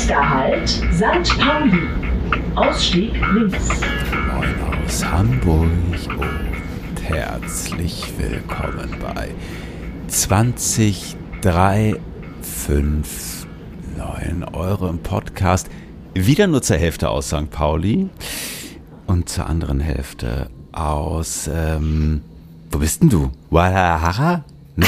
Nächster Halt, St. Pauli. Ausstieg links. Moin aus Hamburg und herzlich willkommen bei 20359, eurem Podcast. Wieder nur zur Hälfte aus St. Pauli und zur anderen Hälfte aus, wo bist denn du? Guadalajara? Ne?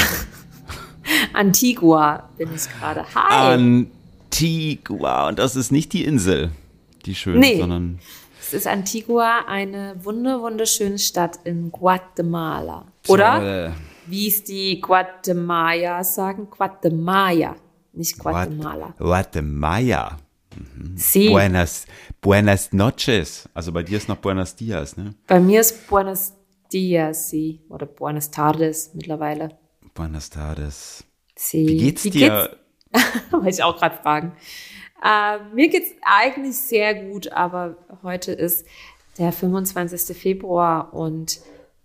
Antigua bin ich gerade. Hi. Antigua. Und das ist nicht die Insel, die schön, sondern... Es ist Antigua, eine wunderschöne Stadt in Guatemala. Oder wie es die Guatemalers sagen, Guatemala, nicht Guatemala. Guatemala. Sí. Buenas noches. Also bei dir ist noch Buenos Dias, ne? Bei mir ist Buenos Dias, sí. Oder Buenas Tardes mittlerweile. Buenas tardes. Sí. Wie geht's dir? Wollte ich auch gerade fragen. Mir geht's eigentlich sehr gut, aber heute ist der 25. Februar und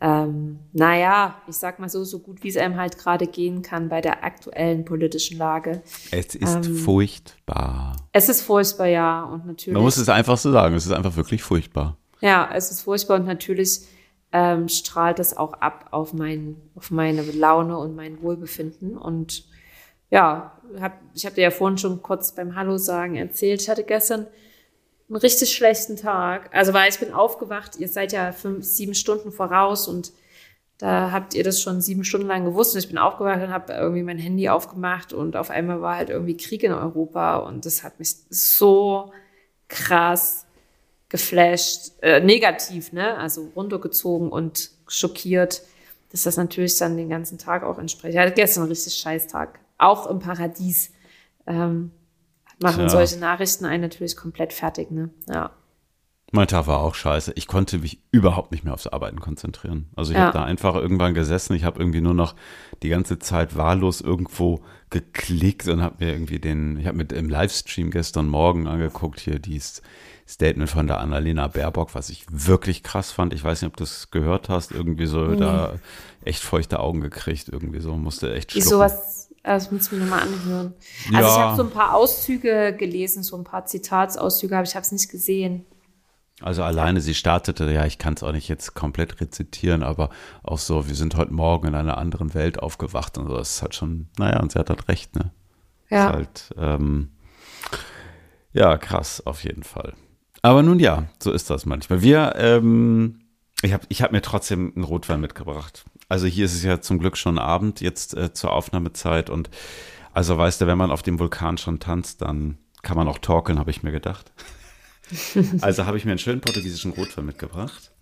ich sag mal so gut wie es einem halt gerade gehen kann bei der aktuellen politischen Lage. Es ist furchtbar. Es ist furchtbar, ja, und natürlich. Man muss es einfach so sagen, es ist einfach wirklich furchtbar. Ja, es ist furchtbar und natürlich strahlt das auch ab auf meine Laune und mein Wohlbefinden. Und ja, ich habe dir ja vorhin schon kurz beim Hallo sagen erzählt, ich hatte gestern einen richtig schlechten Tag. Also weil ich bin aufgewacht, ihr seid ja 7 Stunden voraus und da habt ihr das schon 7 Stunden lang gewusst. Und ich bin aufgewacht und habe irgendwie mein Handy aufgemacht und auf einmal war halt irgendwie Krieg in Europa und das hat mich so krass geflasht, negativ, ne? Also runtergezogen und schockiert, dass das natürlich dann den ganzen Tag auch entspricht. Ich hatte gestern einen richtig scheiß Tag. Auch im Paradies machen solche Nachrichten einen natürlich komplett fertig, ne? Ja. Mein Tag war auch scheiße. Ich konnte mich überhaupt nicht mehr aufs Arbeiten konzentrieren. Also ich habe da einfach irgendwann gesessen. Ich habe irgendwie nur noch die ganze Zeit wahllos irgendwo geklickt und habe mir irgendwie ich habe mit im Livestream gestern Morgen angeguckt, hier dieses Statement von der Annalena Baerbock, was ich wirklich krass fand. Ich weiß nicht, ob du es gehört hast. Irgendwie so da echt feuchte Augen gekriegt. Irgendwie so, musste echt schlucken. Sowas, das muss ich mir nochmal anhören. Also ich habe so ein paar Auszüge gelesen, so ein paar Zitatsauszüge, aber ich habe es nicht gesehen. Also alleine, sie startete, ich kann es auch nicht jetzt komplett rezitieren, aber auch so, wir sind heute Morgen in einer anderen Welt aufgewacht und so, das ist halt schon, und sie hat halt recht, ne? Ja. Ist halt, krass, auf jeden Fall. Aber nun ja, so ist das manchmal. Ich hab mir trotzdem einen Rotwein mitgebracht. Also hier ist es ja zum Glück schon Abend, jetzt zur Aufnahmezeit und also weißt du, wenn man auf dem Vulkan schon tanzt, dann kann man auch torkeln, habe ich mir gedacht. Also habe ich mir einen schönen portugiesischen Rotwein mitgebracht.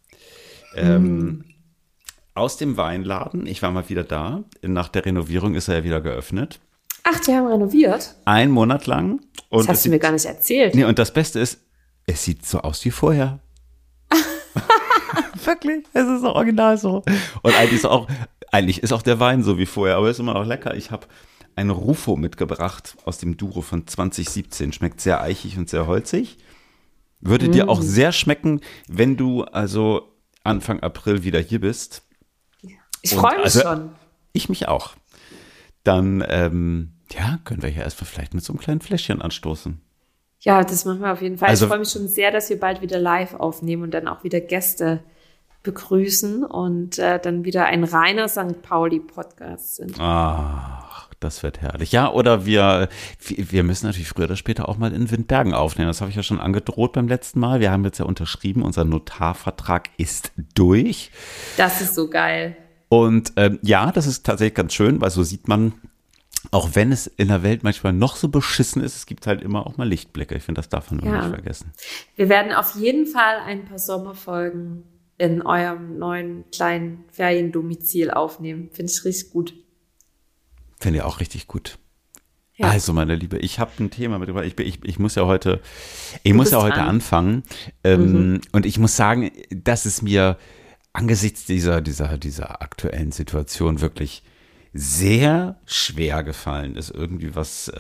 Aus dem Weinladen. Ich war mal wieder da. Nach der Renovierung ist er ja wieder geöffnet. Ach, die haben renoviert? 1 Monat lang. Und das hast du mir gar nicht erzählt. Nee, und das Beste ist, es sieht so aus wie vorher. Wirklich, es ist so original so. Und eigentlich ist auch der Wein so wie vorher, aber er ist immer noch lecker. Ich habe einen Rufo mitgebracht aus dem Douro von 2017. Schmeckt sehr eichig und sehr holzig. Würde dir auch sehr schmecken, wenn du also Anfang April wieder hier bist. Ich freue mich schon. Ich mich auch. Dann, können wir hier erstmal vielleicht mit so einem kleinen Fläschchen anstoßen. Ja, das machen wir auf jeden Fall. Also, ich freue mich schon sehr, dass wir bald wieder live aufnehmen und dann auch wieder Gäste begrüßen und dann wieder ein reiner St. Pauli-Podcast sind. Ach, das wird herrlich. Ja, oder wir müssen natürlich früher oder später auch mal in Windbergen aufnehmen. Das habe ich ja schon angedroht beim letzten Mal. Wir haben jetzt ja unterschrieben, unser Notarvertrag ist durch. Das ist so geil. Und das ist tatsächlich ganz schön, weil so sieht man, auch wenn es in der Welt manchmal noch so beschissen ist, es gibt halt immer auch mal Lichtblicke. Ich finde, das darf man nicht vergessen. Wir werden auf jeden Fall ein paar Sommerfolgen in eurem neuen kleinen Feriendomizil aufnehmen. Finde ich richtig gut. Finde ich auch richtig gut. Ja. Also, meine Liebe, ich habe ein Thema mitgebracht. Ich muss ja heute anfangen. Und ich muss sagen, dass es mir angesichts dieser aktuellen Situation wirklich sehr schwer gefallen ist, irgendwie was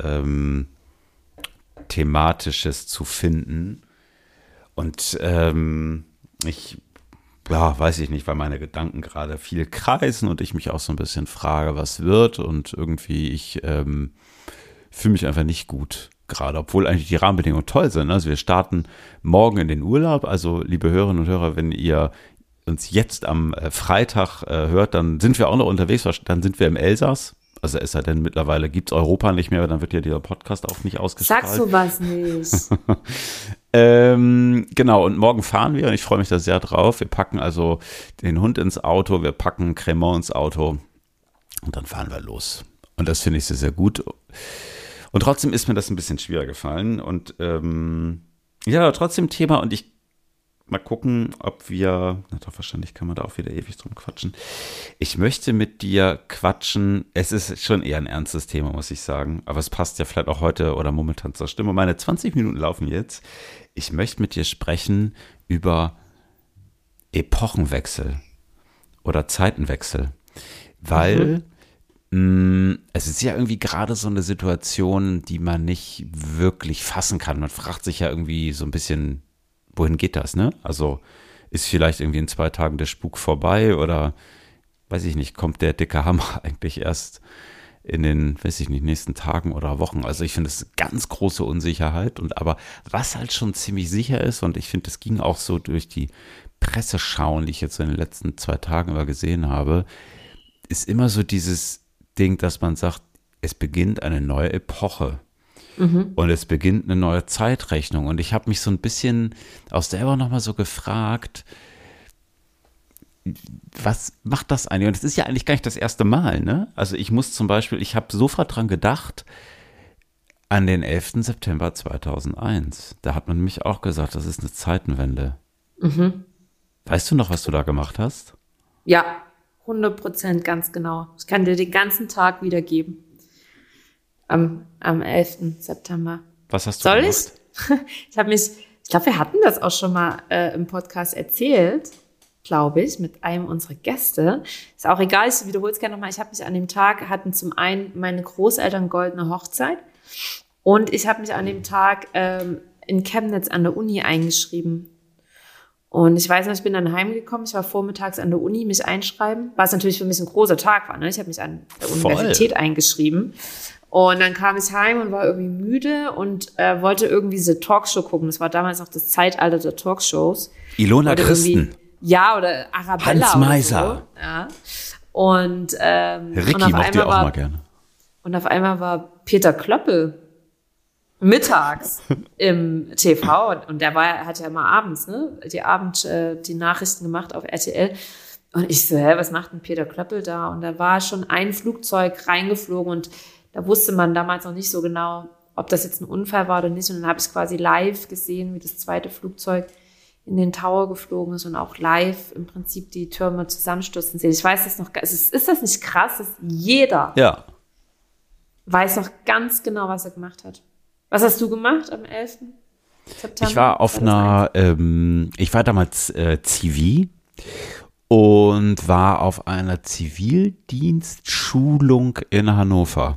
Thematisches zu finden. Und weiß ich nicht, weil meine Gedanken gerade viel kreisen und ich mich auch so ein bisschen frage, was wird, und irgendwie ich fühle mich einfach nicht gut. gerade, obwohl eigentlich die Rahmenbedingungen toll sind. Also wir starten morgen in den Urlaub. Also liebe Hörerinnen und Hörer, wenn ihr uns jetzt am Freitag hört, dann sind wir auch noch unterwegs. Dann sind wir im Elsass. Also es sei denn, mittlerweile gibt es Europa nicht mehr, aber dann wird ja dieser Podcast auch nicht ausgestrahlt. Sag sowas nicht. Genau, und morgen fahren wir und ich freue mich da sehr drauf. Wir packen also den Hund ins Auto, wir packen Cremant ins Auto und dann fahren wir los. Und das finde ich sehr, sehr gut. Und trotzdem ist mir das ein bisschen schwer gefallen. Und ja, trotzdem Thema und ich mal gucken, ob wir, na doch, wahrscheinlich kann man da auch wieder ewig drum quatschen. Ich möchte mit dir quatschen. Es ist schon eher ein ernstes Thema, muss ich sagen. Aber es passt ja vielleicht auch heute oder momentan zur Stimme. Meine 20 Minuten laufen jetzt. Ich möchte mit dir sprechen über Epochenwechsel oder Zeitenwechsel. Weil es ist ja irgendwie gerade so eine Situation, die man nicht wirklich fassen kann. Man fragt sich ja irgendwie so ein bisschen, wohin geht das, ne? Also ist vielleicht irgendwie in 2 Tagen der Spuk vorbei oder, weiß ich nicht, kommt der dicke Hammer eigentlich erst in den, weiß ich nicht, nächsten Tagen oder Wochen. Also ich finde, es ist eine ganz große Unsicherheit. Und aber was halt schon ziemlich sicher ist, und ich finde, das ging auch so durch die Presseschauen, die ich jetzt in den letzten 2 Tagen immer gesehen habe, ist immer so dieses Ding, dass man sagt, es beginnt eine neue Epoche. Und es beginnt eine neue Zeitrechnung. Und ich habe mich so ein bisschen auch selber nochmal so gefragt, was macht das eigentlich? Und es ist ja eigentlich gar nicht das erste Mal, ne? Also ich muss zum Beispiel, ich habe sofort dran gedacht, an den 11. September 2001. Da hat man nämlich auch gesagt, das ist eine Zeitenwende. Weißt du noch, was du da gemacht hast? Ja, 100% ganz genau. Ich kann dir den ganzen Tag wiedergeben. Am 11. September. Was hast du gemacht? Soll ich? Ich glaube, wir hatten das auch schon mal im Podcast erzählt, glaube ich, mit einem unserer Gäste. Ist auch egal, ich wiederhole es gerne nochmal. Ich habe mich an dem Tag, hatten zum einen meine Großeltern goldene Hochzeit und ich habe mich an dem Tag in Chemnitz an der Uni eingeschrieben. Und ich weiß noch, ich bin dann heimgekommen, ich war vormittags an der Uni, mich einschreiben, was natürlich für mich ein großer Tag war, ne? Ich habe mich an der Universität eingeschrieben. Und dann kam ich heim und war irgendwie müde und wollte irgendwie diese Talkshow gucken. Das war damals noch das Zeitalter der Talkshows. Ilona Christen. Ja, oder Arabella. Hans Meiser. So. Ja. Und Ricky mochte ich auch mal gerne. Und auf einmal war Peter Klöppel mittags im TV. Und der hat ja immer abends, ne? Die Nachrichten gemacht auf RTL. Und ich so, was macht denn Peter Klöppel da? Und da war schon ein Flugzeug reingeflogen und da wusste man damals noch nicht so genau, ob das jetzt ein Unfall war oder nicht. Und dann habe ich quasi live gesehen, wie das zweite Flugzeug in den Tower geflogen ist und auch live im Prinzip die Türme zusammenstürzen sehen. Ich weiß das noch, ist das nicht krass, dass jeder weiß noch ganz genau, was er gemacht hat. Was hast du gemacht am 11. September? Ich war auf ich war damals Zivi und war auf einer Zivildienstschulung in Hannover.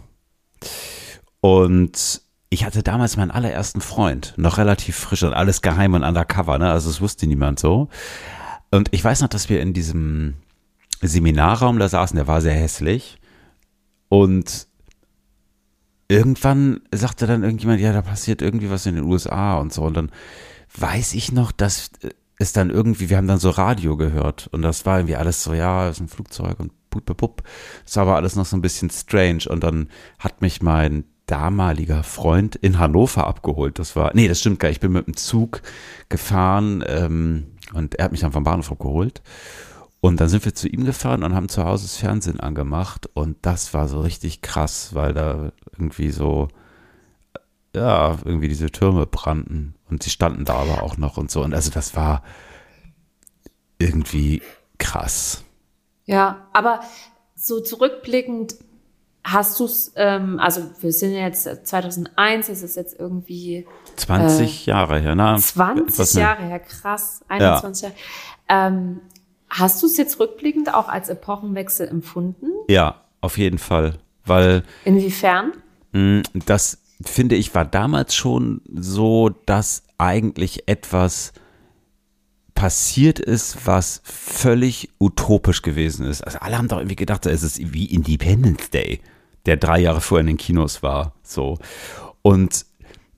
Und ich hatte damals meinen allerersten Freund, noch relativ frisch und alles geheim und undercover, ne? Also es wusste niemand so. Und ich weiß noch, dass wir in diesem Seminarraum da saßen, der war sehr hässlich. Und irgendwann sagte dann irgendjemand, ja, da passiert irgendwie was in den USA und so. Und dann weiß ich noch, dass es dann irgendwie, wir haben dann so Radio gehört. Und das war irgendwie alles so, ja, das ist ein Flugzeug und pup. Das war aber alles noch so ein bisschen strange. Und dann hat mich mein damaliger Freund in Hannover abgeholt. Das stimmt gar nicht. Ich bin mit dem Zug gefahren und er hat mich dann vom Bahnhof abgeholt. Und dann sind wir zu ihm gefahren und haben zu Hause das Fernsehen angemacht. Und das war so richtig krass, weil da irgendwie so, ja, irgendwie diese Türme brannten. Und sie standen da aber auch noch und so. Und also das war irgendwie krass. Ja, aber so zurückblickend hast du es, also wir sind ja jetzt 2001, das ist jetzt irgendwie 20 Jahre her, ne? 20 Jahre her, krass, 21 Jahre. Hast du es jetzt rückblickend auch als Epochenwechsel empfunden? Ja, auf jeden Fall, weil inwiefern? Das, finde ich, war damals schon so, dass eigentlich etwas passiert ist, was völlig utopisch gewesen ist. Also alle haben doch irgendwie gedacht, es ist wie Independence Day, der 3 Jahre vorher in den Kinos war. So. Und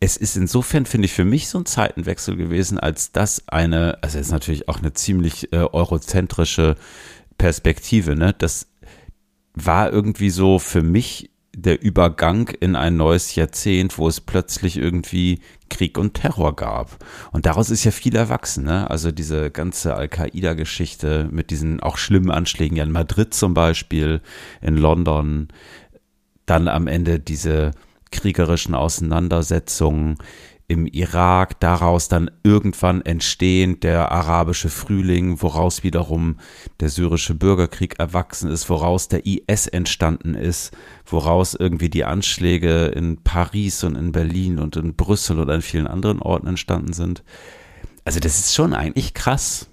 es ist insofern, finde ich, für mich so ein Zeitenwechsel gewesen, als das also es ist natürlich auch eine ziemlich eurozentrische Perspektive, ne? Das war irgendwie so für mich der Übergang in ein neues Jahrzehnt, wo es plötzlich irgendwie Krieg und Terror gab. Und daraus ist ja viel erwachsen, ne? Also diese ganze Al-Qaida-Geschichte mit diesen auch schlimmen Anschlägen, ja in Madrid zum Beispiel, in London, dann am Ende diese kriegerischen Auseinandersetzungen im Irak, daraus dann irgendwann entstehend der arabische Frühling, woraus wiederum der syrische Bürgerkrieg erwachsen ist, woraus der IS entstanden ist, woraus irgendwie die Anschläge in Paris und in Berlin und in Brüssel und an vielen anderen Orten entstanden sind. Also das ist schon eigentlich krass.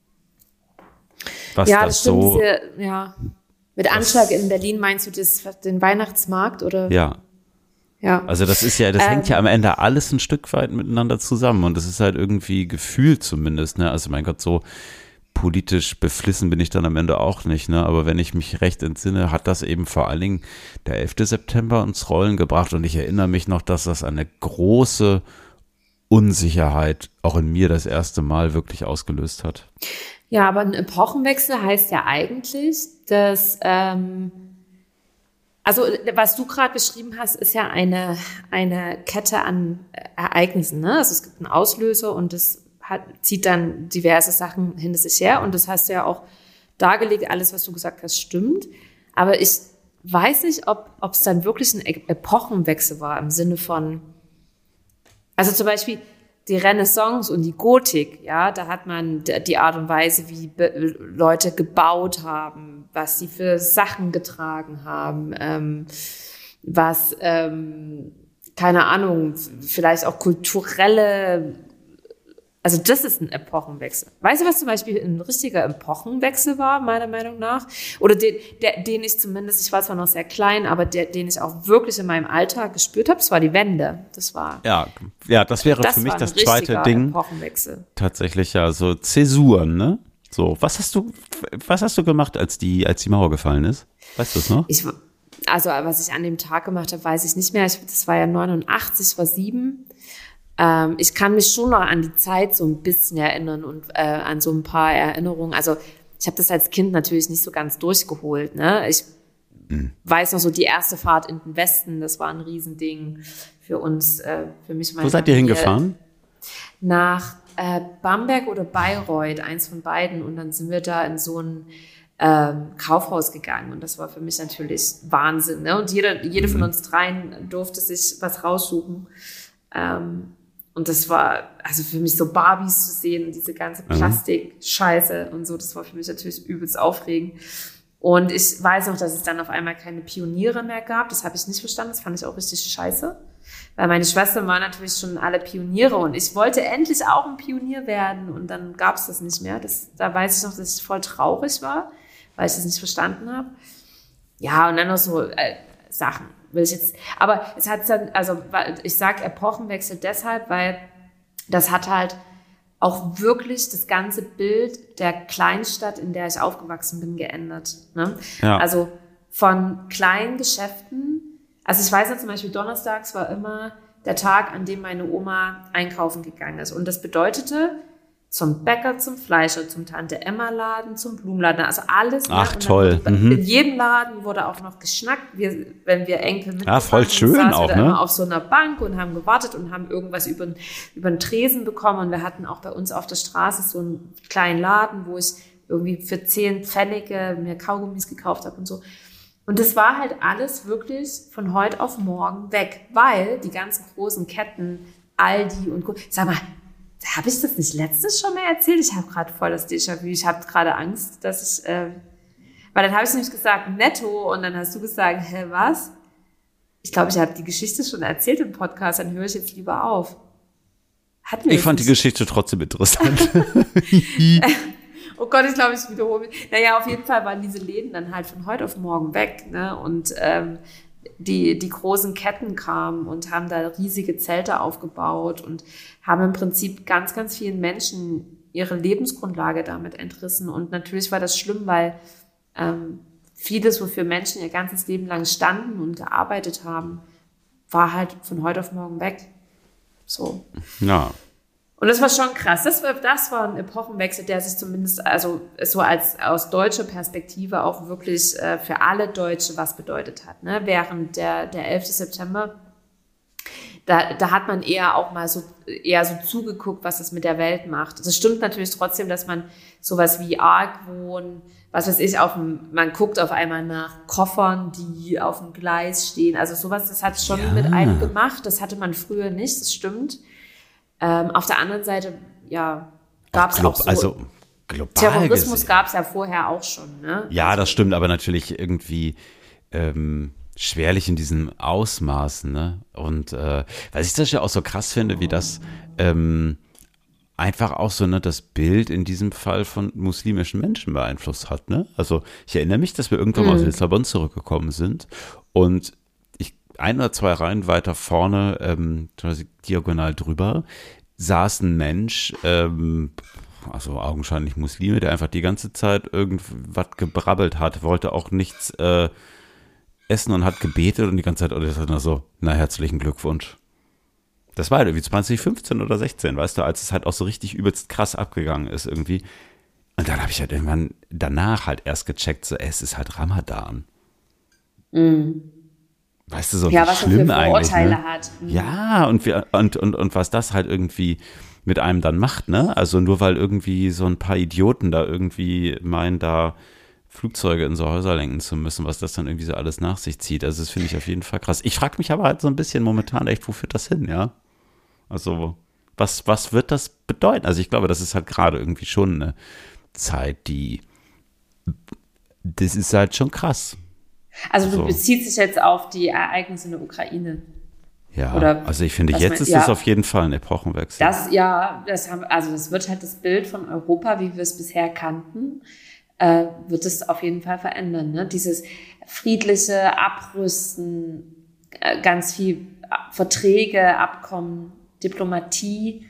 Was ja, das so. Mit Anschlag in Berlin meinst du den Weihnachtsmarkt oder? Ja. Ja. Also das hängt ja am Ende alles ein Stück weit miteinander zusammen und das ist halt irgendwie gefühlt zumindest, ne? Also mein Gott, so politisch beflissen bin ich dann am Ende auch nicht, ne? Aber wenn ich mich recht entsinne, hat das eben vor allen Dingen der 11. September ins Rollen gebracht und ich erinnere mich noch, dass das eine große Unsicherheit auch in mir das erste Mal wirklich ausgelöst hat. Ja, aber ein Epochenwechsel heißt ja eigentlich, dass also was du gerade beschrieben hast, ist ja eine Kette an Ereignissen. Ne? Also es gibt einen Auslöser und das zieht dann diverse Sachen hinter sich her. Und das hast du ja auch dargelegt, alles, was du gesagt hast, stimmt. Aber ich weiß nicht, ob es dann wirklich ein Epochenwechsel war im Sinne von, also zum Beispiel die Renaissance und die Gotik, ja, da hat man die Art und Weise, wie Leute gebaut haben, was sie für Sachen getragen haben, keine Ahnung, vielleicht auch kulturelle, also das ist ein Epochenwechsel. Weißt du, was zum Beispiel ein richtiger Epochenwechsel war, meiner Meinung nach? Oder den ich zumindest, ich war zwar noch sehr klein, aber den ich auch wirklich in meinem Alltag gespürt habe, das war die Wende. Das war. Ja, das wäre für mich das zweite Ding. Epochenwechsel. Tatsächlich ja, so Zäsuren, ne? So, was hast du gemacht, als die Mauer gefallen ist? Weißt du es noch? Also, was ich an dem Tag gemacht habe, weiß ich nicht mehr. Das war ja 89, war 7. Ich kann mich schon noch an die Zeit so ein bisschen erinnern und an so ein paar Erinnerungen. Also ich habe das als Kind natürlich nicht so ganz durchgeholt. Ne? Ich weiß noch so die erste Fahrt in den Westen, das war ein Riesending für uns, für mich. Wo seid ihr hingefahren? Nach Bamberg oder Bayreuth, eins von beiden. Und dann sind wir da in so ein Kaufhaus gegangen und das war für mich natürlich Wahnsinn. Ne? Und jede von uns dreien durfte sich was raussuchen. Und das war also für mich so Barbies zu sehen und diese ganze Plastik-Scheiße und so, das war für mich natürlich übelst aufregend. Und ich weiß noch, dass es dann auf einmal keine Pioniere mehr gab. Das habe ich nicht verstanden, das fand ich auch richtig scheiße. Weil meine Schwestern waren natürlich schon alle Pioniere und ich wollte endlich auch ein Pionier werden und dann gab es das nicht mehr. Da weiß ich noch, dass ich voll traurig war, weil ich das nicht verstanden habe. Ja, und dann noch so Sachen. Aber es hat dann, also ich sage Epochenwechsel deshalb, weil das hat halt auch wirklich das ganze Bild der Kleinstadt, in der ich aufgewachsen bin, geändert. Ne? Ja. Also von kleinen Geschäften, also ich weiß ja zum Beispiel, donnerstags war immer der Tag, an dem meine Oma einkaufen gegangen ist. Und das bedeutete zum Bäcker, zum Fleischer, zum Tante-Emma-Laden, zum Blumenladen, also alles. Ach, toll. In jedem Laden wurde auch noch geschnackt. Wenn wir Enkel mit voll schön auch, wir ne? Immer auf so einer Bank und haben gewartet und haben irgendwas über den Tresen bekommen. Und wir hatten auch bei uns auf der Straße so einen kleinen Laden, wo ich irgendwie für 10 Pfennige mir Kaugummis gekauft habe und so. Und das war halt alles wirklich von heute auf morgen weg, weil die ganzen großen Ketten, Aldi und sag mal, habe ich das nicht letztes schon mal erzählt? Ich habe gerade voll das Déjà-vu. Ich habe gerade Angst, dass ich, weil dann habe ich nämlich gesagt Netto und dann hast du gesagt, hä, was? Ich glaube, ich habe die Geschichte schon erzählt im Podcast, dann höre ich jetzt lieber auf. Ich fand die Geschichte trotzdem interessant. Oh Gott, ich glaube, ich wiederhole mich. Naja, auf jeden Fall waren diese Läden dann halt von heute auf morgen weg, ne? Und die großen Ketten kamen und haben da riesige Zelte aufgebaut und haben im Prinzip ganz, ganz vielen Menschen ihre Lebensgrundlage damit entrissen. Und natürlich war das schlimm, weil vieles, wofür Menschen ihr ganzes Leben lang standen und gearbeitet haben, war halt von heute auf morgen weg. So. Ja. Und das war schon krass. Das war ein Epochenwechsel, der sich zumindest, also so als aus deutscher Perspektive auch wirklich für alle Deutsche was bedeutet hat. Ne? Während der 11. September, da hat man eher auch mal so zugeguckt, was das mit der Welt macht. Das stimmt natürlich trotzdem, dass man sowas wie Argwohn, was weiß ich, man guckt auf einmal nach Koffern, die auf dem Gleis stehen. Also sowas, das hat es schon mit einem gemacht. Das hatte man früher nicht, das stimmt. Auf der anderen Seite, ja, gab es auch so. Also global Terrorismus gab es ja vorher auch schon, ne? Ja, das stimmt, aber natürlich irgendwie schwerlich in diesem Ausmaß, ne? Und was ich das ja auch so krass finde, wie das einfach auch so, ne, das Bild in diesem Fall von muslimischen Menschen beeinflusst hat, ne? Also ich erinnere mich, dass wir irgendwann mal aus Lissabon zurückgekommen sind und ein oder zwei Reihen weiter vorne, diagonal drüber, saß ein Mensch, also augenscheinlich Muslime, der einfach die ganze Zeit irgendwas gebrabbelt hat, wollte auch nichts essen und hat gebetet und die ganze Zeit, und das hat nur so, na, herzlichen Glückwunsch. Das war halt irgendwie 2015 oder 16, weißt du, als es halt auch so richtig übelst krass abgegangen ist irgendwie. Und dann habe ich halt irgendwann danach halt erst gecheckt, so, es ist halt Ramadan. Weißt du, so ja, wie was schlimm er für eigentlich, Vorurteile ne? hat. Ja, und was das halt irgendwie mit einem dann macht, ne? Also nur weil irgendwie so ein paar Idioten da irgendwie meinen, da Flugzeuge in so Häuser lenken zu müssen, was das dann irgendwie so alles nach sich zieht. Also das finde ich auf jeden Fall krass. Ich frage mich aber halt so ein bisschen momentan echt, wo führt das hin, ja? Also was wird das bedeuten? Also ich glaube, das ist halt gerade irgendwie schon eine Zeit, das ist halt schon krass. Also du beziehst dich jetzt auf die Ereignisse in der Ukraine. Ja, oder also ich finde, jetzt ist es auf jeden Fall ein Epochenwechsel. Das wird halt das Bild von Europa, wie wir es bisher kannten, wird es auf jeden Fall verändern. Ne? Dieses friedliche Abrüsten, ganz viel Verträge, Abkommen, Diplomatie,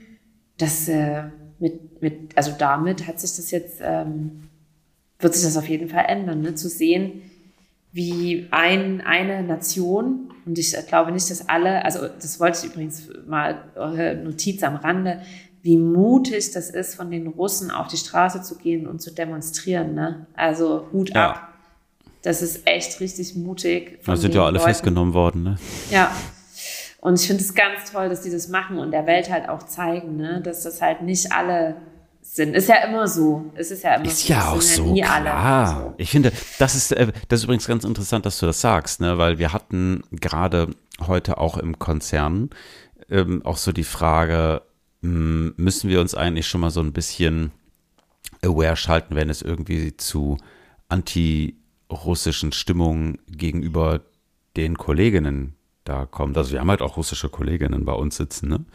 damit hat sich das jetzt, wird sich das auf jeden Fall ändern, ne? Zu sehen, wie eine Nation, und ich glaube nicht, dass alle, also das wollte ich übrigens mal, eure Notiz am Rande, wie mutig das ist, von den Russen auf die Straße zu gehen und zu demonstrieren, ne? Also Hut ab. Das ist echt richtig mutig. Da sind ja alle festgenommen worden, ne? Ja. Und ich finde es ganz toll, dass die das machen und der Welt halt auch zeigen, ne? Dass das halt nicht alle sind. Ist ja immer so. Es ist ja immer ist so. Ja auch so, nie klar. Alle. So. Ich finde, das ist übrigens ganz interessant, dass du das sagst, ne? Weil wir hatten gerade heute auch im Konzern auch so die Frage, müssen wir uns eigentlich schon mal so ein bisschen aware schalten, wenn es irgendwie zu anti-russischen Stimmungen gegenüber den Kolleginnen da kommt. Also wir haben halt auch russische Kolleginnen bei uns sitzen, ne?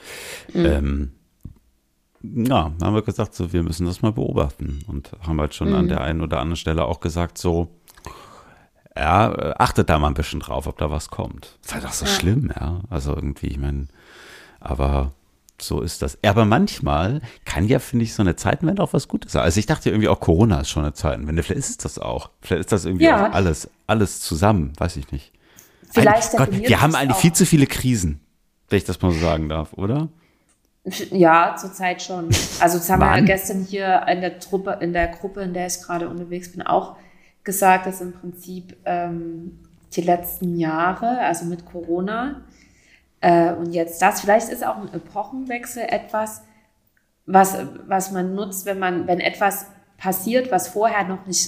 Ja, haben wir gesagt, so, wir müssen das mal beobachten und haben halt schon an der einen oder anderen Stelle auch gesagt, so, ja, achtet da mal ein bisschen drauf, ob da was kommt. Ist halt auch so schlimm, ja. Also irgendwie, ich meine, aber so ist das. Aber manchmal kann ja, finde ich, so eine Zeitenwende auch was Gutes sein. Also ich dachte irgendwie auch, Corona ist schon eine Zeitenwende. Vielleicht ist es das auch. Vielleicht ist das irgendwie auch alles zusammen, weiß ich nicht. Vielleicht Gott, wir haben eigentlich viel zu viele Krisen, wenn ich das mal so sagen darf, oder? Ja, zurzeit schon. Also das haben wir ja gestern hier in der Gruppe, in der ich gerade unterwegs bin, auch gesagt, dass im Prinzip die letzten Jahre, also mit Corona und jetzt vielleicht ist auch ein Epochenwechsel etwas, was man nutzt, wenn etwas passiert, was es vorher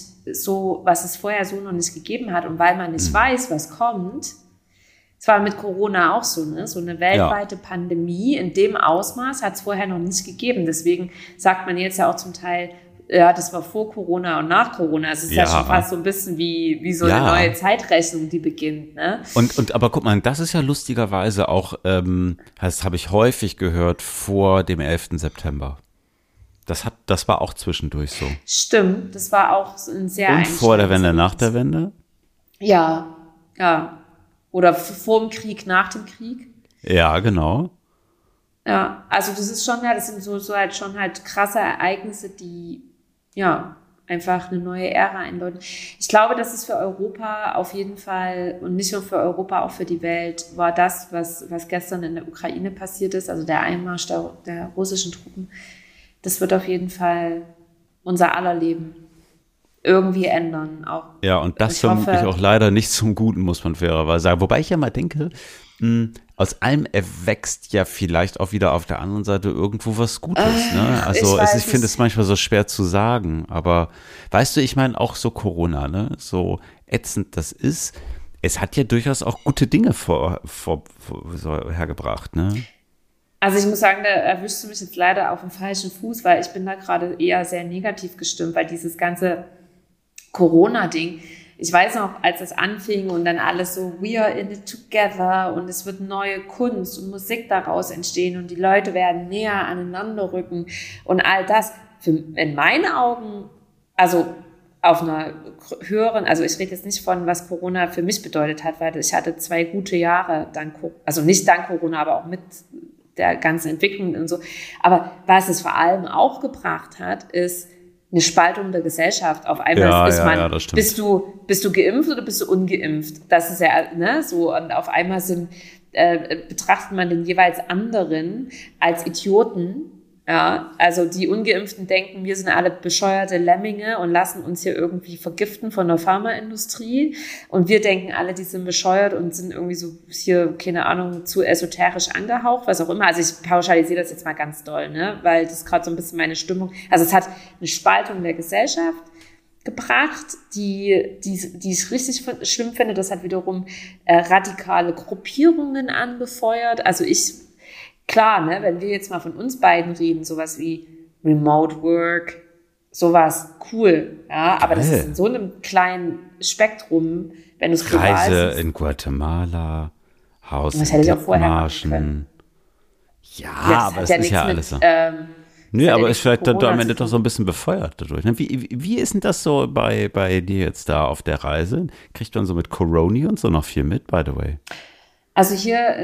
so noch nicht gegeben hat und weil man nicht weiß, was kommt. Es war mit Corona auch so, ne? So eine weltweite Pandemie in dem Ausmaß hat es vorher noch nicht gegeben. Deswegen sagt man jetzt ja auch zum Teil, ja, das war vor Corona und nach Corona. Es ist ja schon fast so ein bisschen wie so eine neue Zeitrechnung, die beginnt, ne? Aber guck mal, das ist ja lustigerweise auch, das habe ich häufig gehört, vor dem 11. September. Das war auch zwischendurch so. Stimmt, das war auch ein sehr Und vor der Wende, nach der Wende? Ja. Oder vor dem Krieg, nach dem Krieg. Ja, genau. Ja, also das ist schon, das sind so halt schon halt krasse Ereignisse, die, einfach eine neue Ära einläuten. Ich glaube, dass es für Europa auf jeden Fall und nicht nur für Europa, auch für die Welt war das, was gestern in der Ukraine passiert ist, also der Einmarsch der russischen Truppen. Das wird auf jeden Fall unser aller Leben irgendwie ändern. Auch, ja, und das vermutlich auch leider nicht zum Guten, muss man fairerweise sagen. Wobei ich ja mal denke, aus allem erwächst ja vielleicht auch wieder auf der anderen Seite irgendwo was Gutes. Ne? Also ich finde es manchmal so schwer zu sagen. Aber weißt du, ich meine auch so Corona, ne? So ätzend das ist. Es hat ja durchaus auch gute Dinge hergebracht, ne? Also ich muss sagen, da erwischst du mich jetzt leider auf dem falschen Fuß, weil ich bin da gerade eher sehr negativ gestimmt, weil dieses ganze Corona-Ding, ich weiß noch, als es anfing und dann alles so, we are in it together und es wird neue Kunst und Musik daraus entstehen und die Leute werden näher aneinander rücken und all das. In meinen Augen, also auf einer höheren, also ich rede jetzt nicht von, was Corona für mich bedeutet hat, weil ich hatte 2 gute Jahre, also nicht dank Corona, aber auch mit der ganzen Entwicklung und so. Aber was es vor allem auch gebracht hat, ist eine Spaltung der Gesellschaft. Auf einmal bist du geimpft oder bist du ungeimpft? Das ist ja, ne, so. Und auf einmal betrachtet man den jeweils anderen als Idioten. Ja, also die Ungeimpften denken, wir sind alle bescheuerte Lemminge und lassen uns hier irgendwie vergiften von der Pharmaindustrie. Und wir denken alle, die sind bescheuert und sind irgendwie so hier, keine Ahnung, zu esoterisch angehaucht, was auch immer. Also ich pauschalisiere das jetzt mal ganz doll, ne, weil das gerade so ein bisschen meine Stimmung, also es hat eine Spaltung der Gesellschaft gebracht, die ich richtig schlimm finde. Das hat wiederum radikale Gruppierungen angefeuert. Also klar, ne, wenn wir jetzt mal von uns beiden reden, sowas wie Remote Work, sowas cool, ja, aber das ist in so einem kleinen Spektrum, wenn du es global Reise siehst. in Guatemala, Haus Das in hätte ich auch vorher machen Dithmarschen. können. Ja, Das aber hat es ja ist nichts ja mit, alles so. Nö, aber ist vielleicht dann am Corona Ende zu doch so ein bisschen befeuert dadurch. Ne? Wie ist denn das so bei dir jetzt da auf der Reise? Kriegt man so mit Corona und so noch viel mit, by the way? Also hier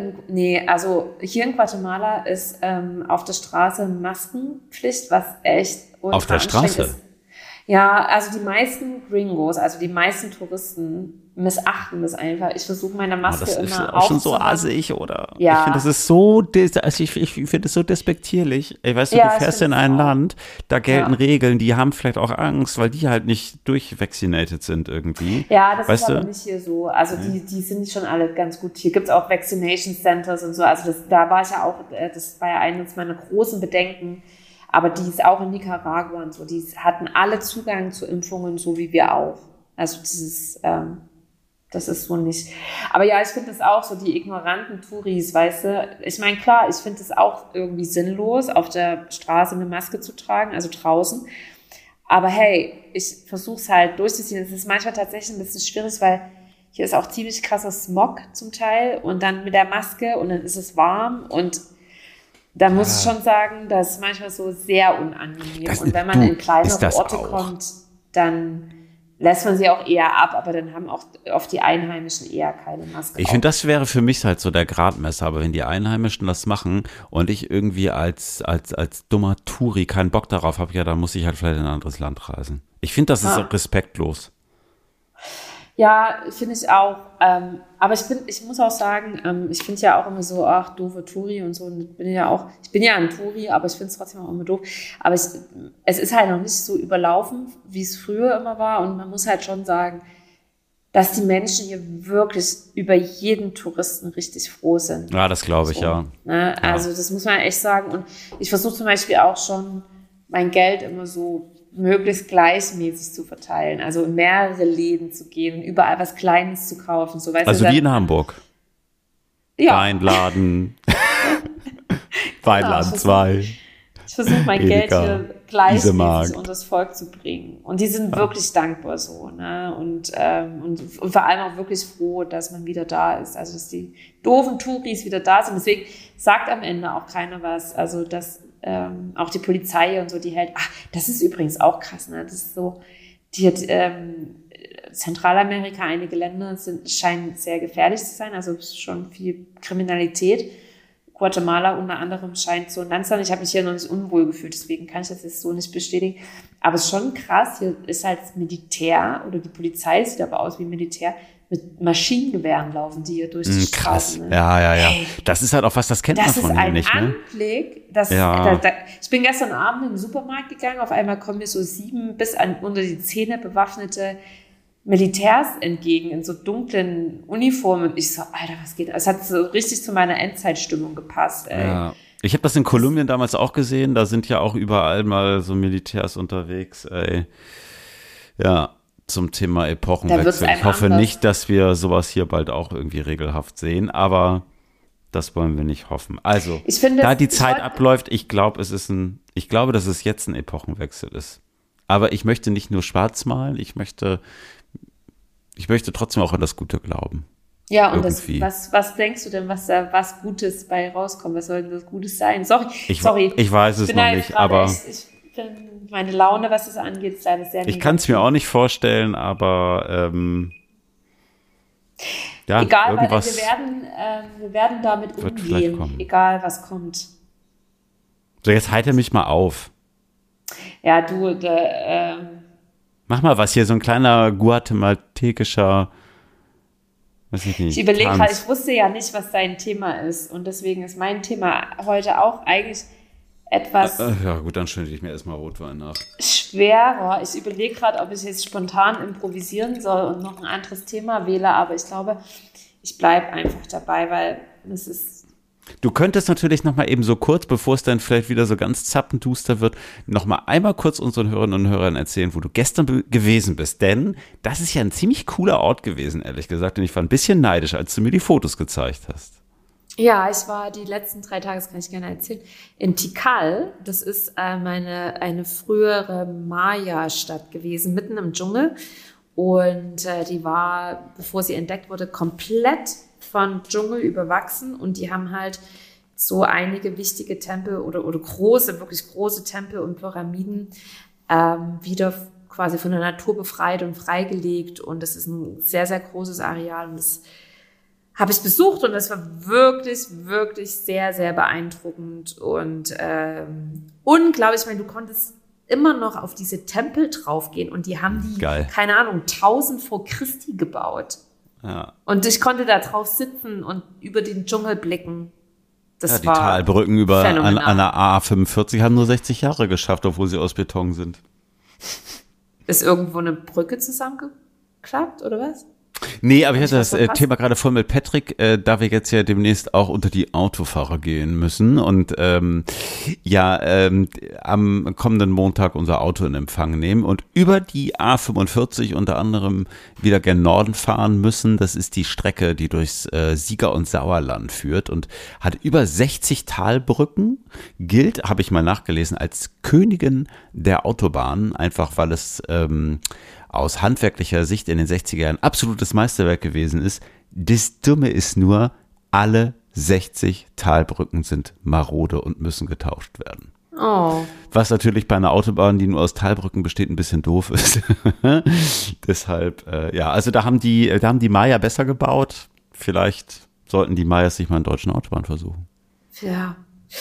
in Guatemala ist auf der Straße Maskenpflicht, was echt ultra Auf der anstrengend Straße? ist. Ja, also die meisten Gringos, also die meisten Touristen missachten das einfach. Ich versuche meine Maske Das ist immer auch schon so aufzuhaben. assig, oder? Ja. Ich finde, das ist so, ich finde es so despektierlich. Ich weiß, du Ja, ich fährst finde in ein es auch. Land, da gelten Ja. Regeln, die haben vielleicht auch Angst, weil die halt nicht durchvaccinated sind irgendwie. Ja, das Weißt ist aber du? nicht hier so. Also die sind schon alle ganz gut. Hier gibt's auch Vaccination Centers und so. Also da war ich ja auch, das war ja eines meiner großen Bedenken. Aber die ist auch in Nicaragua und so. Die hatten alle Zugang zu Impfungen, so wie wir auch. Also das ist so nicht. Aber ja, ich finde das auch so, die ignoranten Touris, weißt du. Ich meine, klar, ich finde es auch irgendwie sinnlos, auf der Straße eine Maske zu tragen, also draußen. Aber hey, ich versuche es halt durchzuziehen. Es ist manchmal tatsächlich ein bisschen schwierig, weil hier ist auch ziemlich krasser Smog zum Teil und dann mit der Maske und dann ist es warm und da muss ich schon sagen, das ist manchmal so sehr unangenehm. Und wenn man in kleinere Orte kommt, dann lässt man sie auch eher ab, aber dann haben auch oft die Einheimischen eher keine Maske. Ich finde, das wäre für mich halt so der Gradmesser, aber wenn die Einheimischen das machen und ich irgendwie als dummer Touri keinen Bock darauf habe, ja, dann muss ich halt vielleicht in ein anderes Land reisen. Ich finde, das ist auch respektlos. Ja, finde ich auch. Aber ich muss auch sagen, ich finde ja auch immer so, ach, doofe Touri und so. Und ich bin ja ein Touri, aber ich finde es trotzdem auch immer doof. Aber es ist halt noch nicht so überlaufen, wie es früher immer war. Und man muss halt schon sagen, dass die Menschen hier wirklich über jeden Touristen richtig froh sind. Ja, das glaube ich, ja. Ne? Also das muss man echt sagen. Und ich versuche zum Beispiel auch schon, mein Geld immer so möglichst gleichmäßig zu verteilen, also in mehrere Läden zu gehen, überall was Kleines zu kaufen. So, weißt Also du, wie in Hamburg. Ja. Weinladen. Weinladen 2. Ich versuche mein Edeka, Geld hier gleichmäßig Isemark. unter das Volk zu bringen. Und die sind wirklich dankbar so. Ne? Und vor allem auch wirklich froh, dass man wieder da ist. Also dass die doofen Touris wieder da sind. Deswegen sagt am Ende auch keiner was. Also dass auch die Polizei und so, die hält, das ist übrigens auch krass, ne? Das ist so, die hat Zentralamerika, einige Länder scheinen sehr gefährlich zu sein, also schon viel Kriminalität. Guatemala unter anderem scheint so ein Land zu sein. Ich habe mich hier noch nicht unwohl gefühlt, deswegen kann ich das jetzt so nicht bestätigen. Aber es ist schon krass, hier ist halt das Militär oder die Polizei, sieht aber aus wie Militär, mit Maschinengewehren laufen die hier durch die Straßen. Krass, ja. Hey, das ist halt auch was, das kennt man von hier nicht. Das ist ein Anblick. Ich bin gestern Abend in den Supermarkt gegangen, auf einmal kommen mir so 7 bis unter die Zähne bewaffnete Militärs entgegen in so dunklen Uniformen. Und ich so, Alter, was geht? Es hat so richtig zu meiner Endzeitstimmung gepasst. Ey. Ja. Ich habe das in Kolumbien damals auch gesehen. Da sind ja auch überall mal so Militärs unterwegs. Ey. Ja, zum Thema Epochenwechsel. Ich hoffe nicht, dass wir sowas hier bald auch irgendwie regelhaft sehen, aber das wollen wir nicht hoffen. Also, da die Zeit abläuft, ich glaube, dass es jetzt ein Epochenwechsel ist. Aber ich möchte nicht nur schwarz malen, ich möchte trotzdem auch an das Gute glauben. Ja, und was denkst du denn, was Gutes bei rauskommt? Was soll denn das Gutes sein? Sorry. Ich weiß es noch nicht, aber meine Laune, was das angeht, ist leider sehr negativ. Ich kann es mir auch nicht vorstellen, aber ja, egal, irgendwas weil wir werden damit umgehen, egal was kommt. So, jetzt heiter mich mal auf. Ja, mach mal was hier, so ein kleiner guatemaltekischer, weiß ich nicht. Ich überlege gerade, ich wusste ja nicht, was dein Thema ist. Und deswegen ist mein Thema heute auch eigentlich etwas. Ja, gut, dann schütte ich mir erstmal Rotwein nach. Schwerer. Ich überlege gerade, ob ich jetzt spontan improvisieren soll und noch ein anderes Thema wähle. Aber ich glaube, ich bleibe einfach dabei, weil es ist. Du könntest natürlich noch mal eben so kurz, bevor es dann vielleicht wieder so ganz zappenduster wird, noch mal einmal kurz unseren Hörerinnen und Hörern erzählen, wo du gestern gewesen bist. Denn das ist ja ein ziemlich cooler Ort gewesen, ehrlich gesagt. Und ich war ein bisschen neidisch, als du mir die Fotos gezeigt hast. Ja, ich war die letzten 3 Tage, das kann ich gerne erzählen, in Tikal. Das ist eine frühere Maya-Stadt gewesen, mitten im Dschungel. Und die war, bevor sie entdeckt wurde, komplett von Dschungel überwachsen. Und die haben halt so einige wichtige Tempel oder große, wirklich große Tempel und Pyramiden wieder quasi von der Natur befreit und freigelegt. Und das ist ein sehr, sehr großes Areal. Und das habe ich besucht und das war wirklich, wirklich sehr, sehr beeindruckend und unglaublich. Ich meine, du konntest immer noch auf diese Tempel draufgehen und die haben die, Geil. Keine Ahnung, 1000 vor Christi gebaut. Ja. Und ich konnte da drauf sitzen und über den Dschungel blicken. Das die war Talbrücken an der A45 haben nur 60 Jahre geschafft, obwohl sie aus Beton sind. Ist irgendwo eine Brücke zusammengeklappt oder was? Nee, aber ich hatte das Thema gerade voll mit Patrick, da wir jetzt ja demnächst auch unter die Autofahrer gehen müssen und am kommenden Montag unser Auto in Empfang nehmen und über die A45 unter anderem wieder gen Norden fahren müssen. Das ist die Strecke, die durchs Sieger- und Sauerland führt und hat über 60 Talbrücken, gilt, habe ich mal nachgelesen, als Königin der Autobahnen, einfach weil es aus handwerklicher Sicht in den 60er Jahren absolutes Meisterwerk gewesen ist. Das Dumme ist nur, alle 60 Talbrücken sind marode und müssen getauscht werden. Oh. Was natürlich bei einer Autobahn, die nur aus Talbrücken besteht, ein bisschen doof ist. Deshalb, also da haben die Maya besser gebaut. Vielleicht sollten die Mayas sich mal einen deutschen Autobahn versuchen. Ja.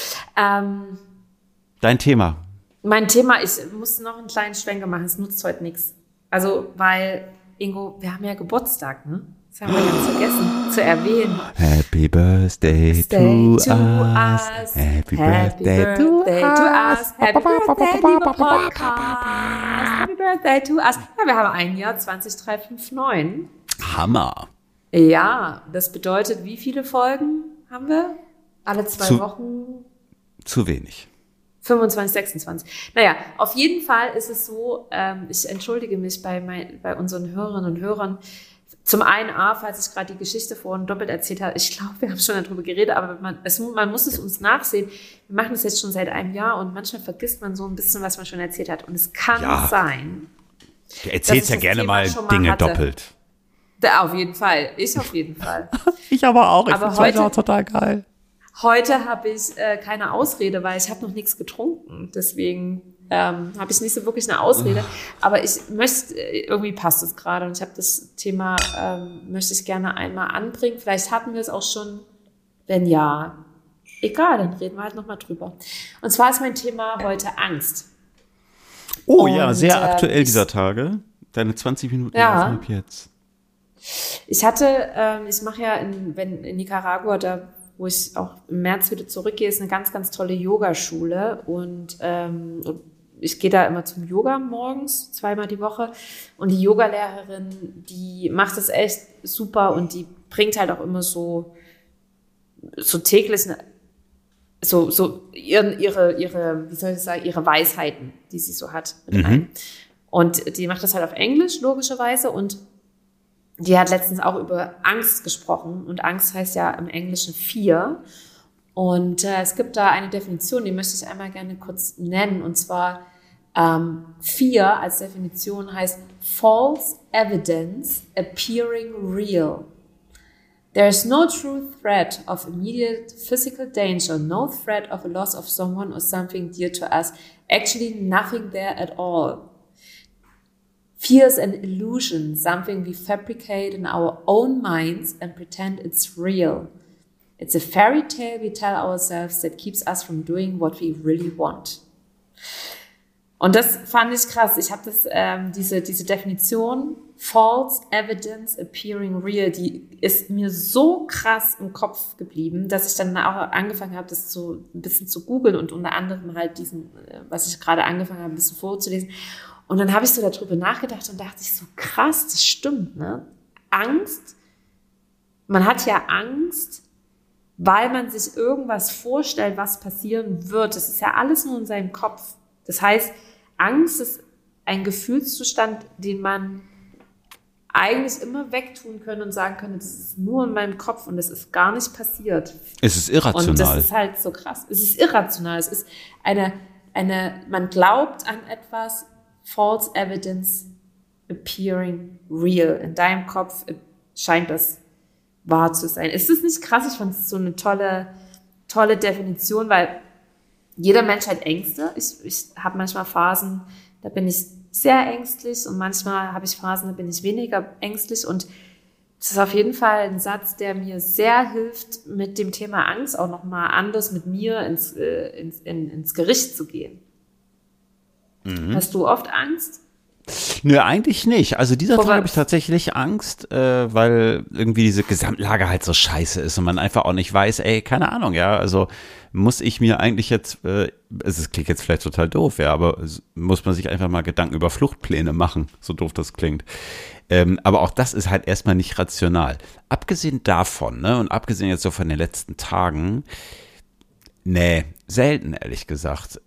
Dein Thema. Mein Thema, ich muss noch einen kleinen Schwenker machen, es nutzt heute nichts. Also, weil, Ingo, wir haben ja Geburtstag, ne? Das haben wir ganz vergessen zu erwähnen. Happy Birthday to us. Happy Birthday to us. Happy Birthday, liebe Podcast. Happy Birthday to us. Ja, wir haben ein Jahr 20359. Hammer. Ja, das bedeutet, wie viele Folgen haben wir? Alle 2 Wochen? Zu wenig. 25, 26. Naja, auf jeden Fall ist es so, ich entschuldige mich bei unseren Hörerinnen und Hörern. Zum einen, falls ich gerade die Geschichte vorhin doppelt erzählt habe, ich glaube, wir haben schon darüber geredet, aber man muss es uns nachsehen. Wir machen das jetzt schon seit einem Jahr und manchmal vergisst man so ein bisschen, was man schon erzählt hat. Und es kann sein. Du erzählst ja gerne mal Dinge doppelt. Auf jeden Fall. Ich auf jeden Fall. Ich aber auch. Ich finde es auch total geil. Heute habe ich keine Ausrede, weil ich habe noch nichts getrunken. Deswegen habe ich nicht so wirklich eine Ausrede. Aber ich möchte, irgendwie passt es gerade. Und ich habe das Thema, möchte ich gerne einmal anbringen. Vielleicht hatten wir es auch schon. Wenn ja, Egal, dann reden wir halt nochmal drüber. Und zwar ist mein Thema heute Angst. Oh ja, sehr aktuell dieser Tage. Deine 20 Minuten laufen ab jetzt. Ich mache ja in Nicaragua, da wo ich auch im März wieder zurückgehe, ist eine ganz, ganz tolle Yogaschule. Und ich gehe da immer zum Yoga morgens, 2-mal die Woche. Und die Yogalehrerin, die macht das echt super und die bringt halt auch immer so täglich ihre, wie soll ich sagen, ihre Weisheiten, die sie so hat, mit rein. Und die macht das halt auf Englisch, logischerweise. Und die hat letztens auch über Angst gesprochen. Und Angst heißt ja im Englischen Fear. Und es gibt da eine Definition, die möchte ich einmal gerne kurz nennen. Und zwar Fear als Definition heißt false evidence appearing real. There is no true threat of immediate physical danger, no threat of a loss of someone or something dear to us. Actually nothing there at all. Fear is an illusion, something we fabricate in our own minds and pretend it's real. It's a fairy tale we tell ourselves that keeps us from doing what we really want. Und das fand ich krass. Ich habe diese Definition, false evidence appearing real, die ist mir so krass im Kopf geblieben, dass ich dann auch angefangen habe, das so ein bisschen zu googeln und unter anderem halt was ich gerade angefangen habe, ein bisschen vorzulesen. Und dann habe ich so darüber nachgedacht und dachte ich so, krass, das stimmt, ne? Angst, man hat ja Angst, weil man sich irgendwas vorstellt, was passieren wird. Das ist ja alles nur in seinem Kopf. Das heißt, Angst ist ein Gefühlszustand, den man eigentlich immer wegtun könnte und sagen könnte, das ist nur in meinem Kopf und das ist gar nicht passiert. Es ist irrational. Und das ist halt so krass. Es ist irrational. Es ist man glaubt an etwas, false evidence appearing real. In deinem Kopf scheint das wahr zu sein. Ist das nicht krass? Ich fand es so eine tolle Definition, weil jeder Mensch hat Ängste. Ich habe manchmal Phasen, da bin ich sehr ängstlich und manchmal habe ich Phasen, da bin ich weniger ängstlich und das ist auf jeden Fall ein Satz, der mir sehr hilft, mit dem Thema Angst auch nochmal anders mit mir ins Gericht zu gehen. Hast du oft Angst? Nö, eigentlich nicht. Also dieser Tag habe ich tatsächlich Angst, weil irgendwie diese Gesamtlage halt so scheiße ist und man einfach auch nicht weiß, keine Ahnung, ja, also muss ich mir eigentlich jetzt, es klingt jetzt vielleicht total doof, ja, aber muss man sich einfach mal Gedanken über Fluchtpläne machen, so doof das klingt. Aber auch das ist halt erstmal nicht rational. Abgesehen davon, ne, und abgesehen jetzt so von den letzten Tagen, selten, ehrlich gesagt.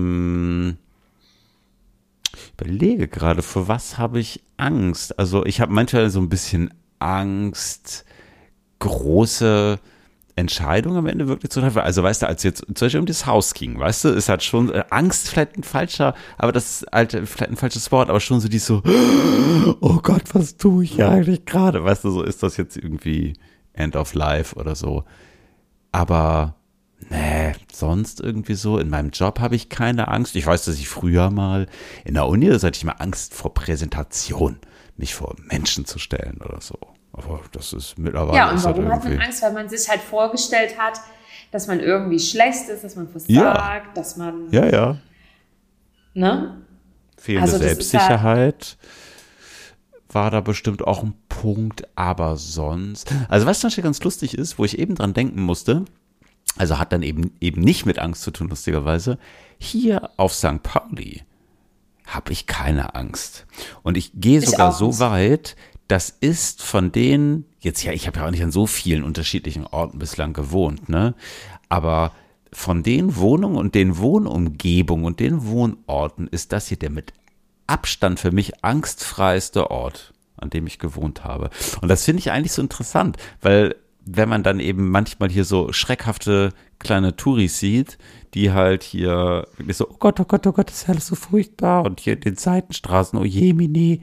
Ich überlege gerade, vor was habe ich Angst? Also ich habe manchmal so ein bisschen Angst, große Entscheidungen am Ende wirklich zu treffen. Also weißt du, als jetzt zum Beispiel um das Haus ging, weißt du, ist halt schon Angst vielleicht ein falscher, aber das ist halt vielleicht ein falsches Wort, aber schon so die so, oh Gott, was tue ich hier eigentlich gerade? Weißt du, so ist das jetzt irgendwie End of Life oder so. Aber sonst irgendwie so. In meinem Job habe ich keine Angst. Ich weiß, dass ich früher mal in der Uni, da hatte ich mal Angst vor Präsentation, mich vor Menschen zu stellen oder so. Aber das ist mittlerweile. Ja, und warum hat man Angst? Weil man sich halt vorgestellt hat, dass man irgendwie schlecht ist, dass man versagt, dass man. Ja. Ne? Fehlende Selbstsicherheit war da bestimmt auch ein Punkt, aber sonst. Also, was zum Beispiel ganz lustig ist, wo ich eben dran denken musste, also hat dann eben nicht mit Angst zu tun, lustigerweise. Hier auf St. Pauli habe ich keine Angst. Und ich gehe sogar so weit, das ist von denen, ich habe ja auch nicht an so vielen unterschiedlichen Orten bislang gewohnt, ne? Aber von den Wohnungen und den Wohnumgebungen und den Wohnorten ist das hier der mit Abstand für mich angstfreiste Ort, an dem ich gewohnt habe. Und das finde ich eigentlich so interessant, weil wenn man dann eben manchmal hier so schreckhafte kleine Touris sieht, die halt hier wirklich so, oh Gott, das ist alles so furchtbar und hier in den Seitenstraßen, oh jemini.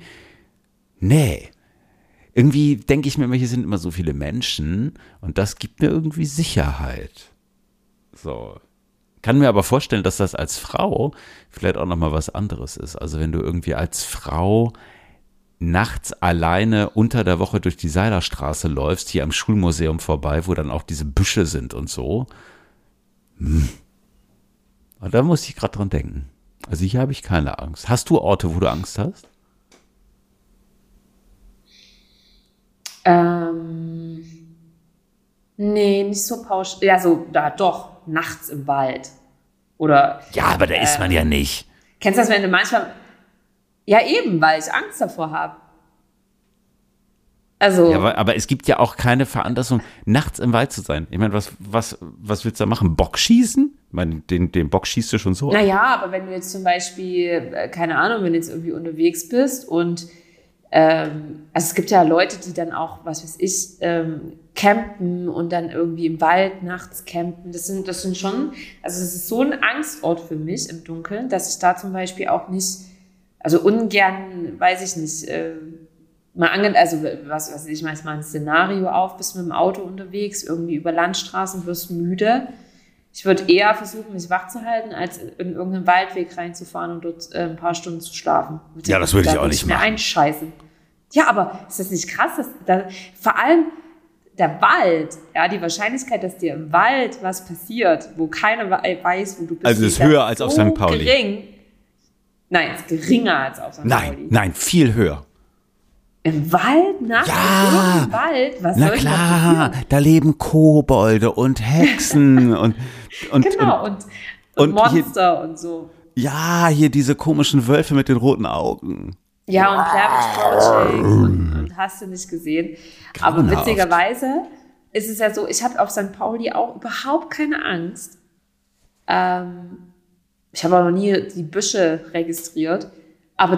Irgendwie denke ich mir immer, hier sind immer so viele Menschen und das gibt mir irgendwie Sicherheit. So. Kann mir aber vorstellen, dass das als Frau vielleicht auch nochmal was anderes ist. Also wenn du irgendwie als Frau nachts alleine unter der Woche durch die Seilerstraße läufst, hier am Schulmuseum vorbei, wo dann auch diese Büsche sind und so. Da muss ich gerade dran denken. Also hier habe ich keine Angst. Hast du Orte, wo du Angst hast? Nee, nicht so pauschal. Ja, so, da doch, nachts im Wald. Oder. Ja, aber da ist man ja nicht. Kennst du das, wenn du manchmal. Ja, eben, weil ich Angst davor habe. Also. Ja, aber es gibt ja auch keine Veranlassung, nachts im Wald zu sein. Ich meine, was willst du da machen? Bock schießen? Ich meine, den Bock schießt du schon so. Naja, aber wenn du jetzt zum Beispiel, keine Ahnung, wenn du jetzt irgendwie unterwegs bist und also es gibt ja Leute, die dann auch, was weiß ich, campen und dann irgendwie im Wald nachts campen. Das sind schon, also es ist so ein Angstort für mich im Dunkeln, dass ich da zum Beispiel auch nicht, also ungern, weiß ich nicht, also was weiß ich, mal ein Szenario auf, bist mit dem Auto unterwegs, irgendwie über Landstraßen, wirst müde. Ich würde eher versuchen, mich wach zu halten, als in irgendeinen Waldweg reinzufahren und dort ein paar Stunden zu schlafen. Ja, das würde ich auch nicht machen. Einscheißen. Ja, aber ist das nicht krass? Vor allem der Wald, ja, die Wahrscheinlichkeit, dass dir im Wald was passiert, wo keiner weiß, wo du bist. Also ist höher als auf St. Pauli. Gering. Nein, ist geringer als auf St. Pauli. Nein, viel höher. Im Wald? Nachts? Ja, im Wald? Was na soll klar, da leben Kobolde und Hexen und genau, und Monster hier, und so. Ja, hier diese komischen Wölfe mit den roten Augen. Ja, und Plavich und hast du nicht gesehen. Aber witzigerweise ist es ja so, ich habe auf St. Pauli auch überhaupt keine Angst. Ich habe auch noch nie die Büsche registriert. Aber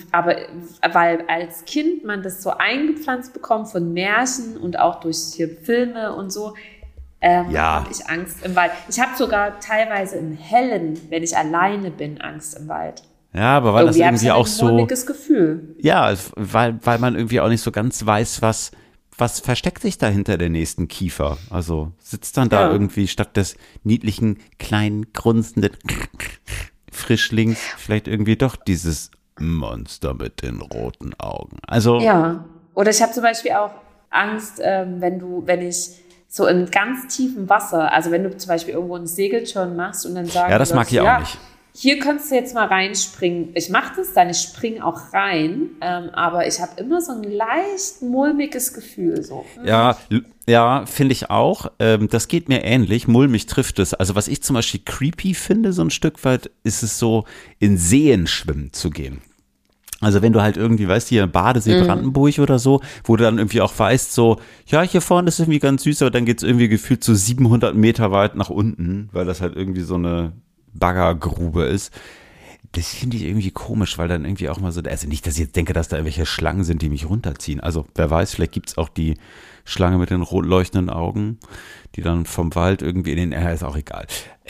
weil als Kind man das so eingepflanzt bekommt von Märchen und auch durch hier Filme und so, habe ich Angst im Wald. Ich habe sogar teilweise im Hellen, wenn ich alleine bin, Angst im Wald. Ja, aber weil das irgendwie auch so. Ein mulmiges Gefühl. Ja, weil man irgendwie auch nicht so ganz weiß, was versteckt sich da hinter der nächsten Kiefer. Also sitzt dann da irgendwie statt des niedlichen, kleinen, grunzenden Frischlings vielleicht irgendwie doch dieses Monster mit den roten Augen. Also. Ja. Oder ich habe zum Beispiel auch Angst, wenn ich so in ganz tiefem Wasser, also wenn du zum Beispiel irgendwo einen Segelturn machst und dann sagst, ja, das mag ich auch nicht. Hier kannst du jetzt mal reinspringen. Ich mache das dann, ich springe auch rein, aber ich habe immer so ein leicht mulmiges Gefühl. So. Ja, finde ich auch. Das geht mir ähnlich. Mulmig trifft es. Also was ich zum Beispiel creepy finde, so ein Stück weit, ist es so, in Seen schwimmen zu gehen. Also wenn du halt irgendwie, weißt du, hier Badesee Brandenburg oder so, wo du dann irgendwie auch weißt, so, ja, hier vorne ist irgendwie ganz süß, aber dann geht es irgendwie gefühlt so 700 Meter weit nach unten, weil das halt irgendwie so eine Baggergrube ist. Das finde ich irgendwie komisch, weil dann irgendwie auch mal so, also nicht, dass ich jetzt denke, dass da irgendwelche Schlangen sind, die mich runterziehen. Also wer weiß, vielleicht gibt es auch die Schlange mit den rot leuchtenden Augen, die dann vom Wald irgendwie ist auch egal.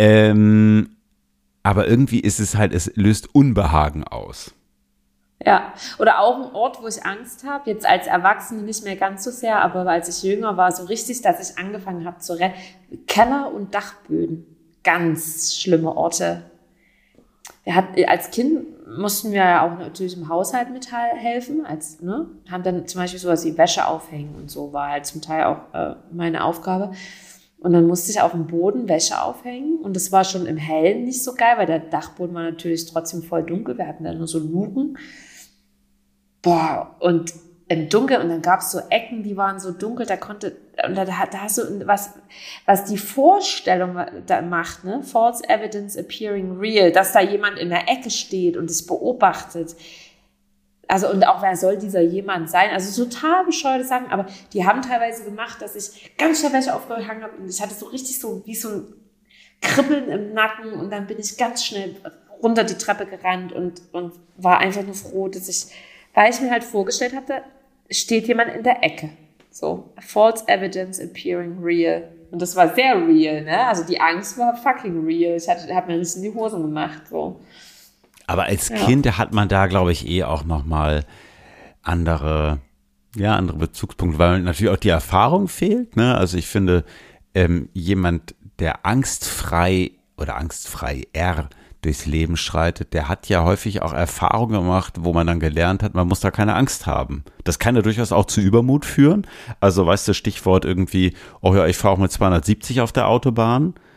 Aber irgendwie ist es halt, es löst Unbehagen aus. Ja, oder auch ein Ort, wo ich Angst habe, jetzt als Erwachsene nicht mehr ganz so sehr, aber als ich jünger war, so richtig, dass ich angefangen habe zu rennen. Keller und Dachböden, ganz schlimme Orte. Als Kind mussten wir ja auch natürlich im Haushalt mithelfen, haben dann zum Beispiel sowas wie Wäsche aufhängen und so, war halt zum Teil auch meine Aufgabe. Und dann musste ich auf dem Boden Wäsche aufhängen und das war schon im Hellen nicht so geil, weil der Dachboden war natürlich trotzdem voll dunkel, wir hatten da nur so Luken. Boah, und im Dunkeln, und dann gab es so Ecken, die waren so dunkel, da hast du was die Vorstellung da macht, ne? False evidence appearing real, dass da jemand in der Ecke steht und es beobachtet. Also, und auch wer soll dieser jemand sein? Also total bescheuerte Sachen, aber die haben teilweise gemacht, dass ich ganz schnell Wäsche aufgehangen habe und ich hatte so richtig so wie so ein Kribbeln im Nacken und dann bin ich ganz schnell runter die Treppe gerannt und war einfach nur froh, weil ich mir halt vorgestellt hatte, steht jemand in der Ecke. So, false evidence appearing real. Und das war sehr real, ne? Also die Angst war fucking real. Ich hab mir richtig in die Hosen gemacht, so. Aber als Kind hat man da, glaube ich, auch nochmal andere Bezugspunkte, weil natürlich auch die Erfahrung fehlt, ne? Also ich finde, jemand, der angstfrei durchs Leben schreitet, der hat ja häufig auch Erfahrungen gemacht, wo man dann gelernt hat, man muss da keine Angst haben. Das kann ja durchaus auch zu Übermut führen. Also weißt du, Stichwort irgendwie, oh ja, ich fahre auch mit 270 auf der Autobahn.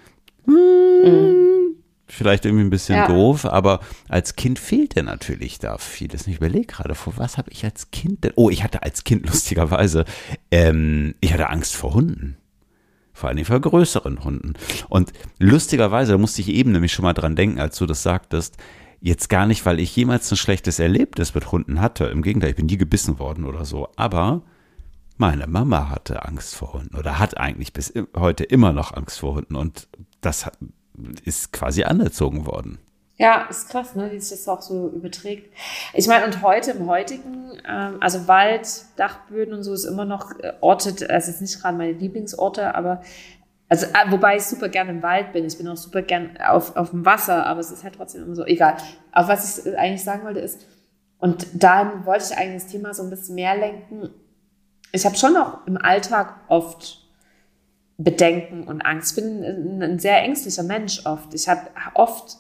vielleicht irgendwie ein bisschen doof, aber als Kind fehlt dir natürlich da vieles. Ich überlege gerade, vor was habe ich als Kind denn? Oh, ich hatte als Kind lustigerweise, ich hatte Angst vor Hunden. Vor allem vor größeren Hunden. Und lustigerweise, da musste ich eben nämlich schon mal dran denken, als du das sagtest, jetzt gar nicht, weil ich jemals ein schlechtes Erlebnis mit Hunden hatte. Im Gegenteil, ich bin nie gebissen worden oder so. Aber meine Mama hatte Angst vor Hunden oder hat eigentlich bis heute immer noch Angst vor Hunden. Und das ist quasi anerzogen worden. Ja, ist krass, ne, wie sich das auch so überträgt. Ich meine, und heute im heutigen, also Wald, Dachböden und so ist immer noch ortet, also ist nicht gerade meine Lieblingsorte, aber, also, wobei ich super gerne im Wald bin. Ich bin auch super gern auf dem Wasser, aber es ist halt trotzdem immer so, egal. Auf was ich eigentlich sagen wollte ist, und dann wollte ich eigentlich das Thema so ein bisschen mehr lenken. Ich habe schon auch im Alltag oft Bedenken und Angst. Ich bin ein sehr ängstlicher Mensch oft. Ich habe oft,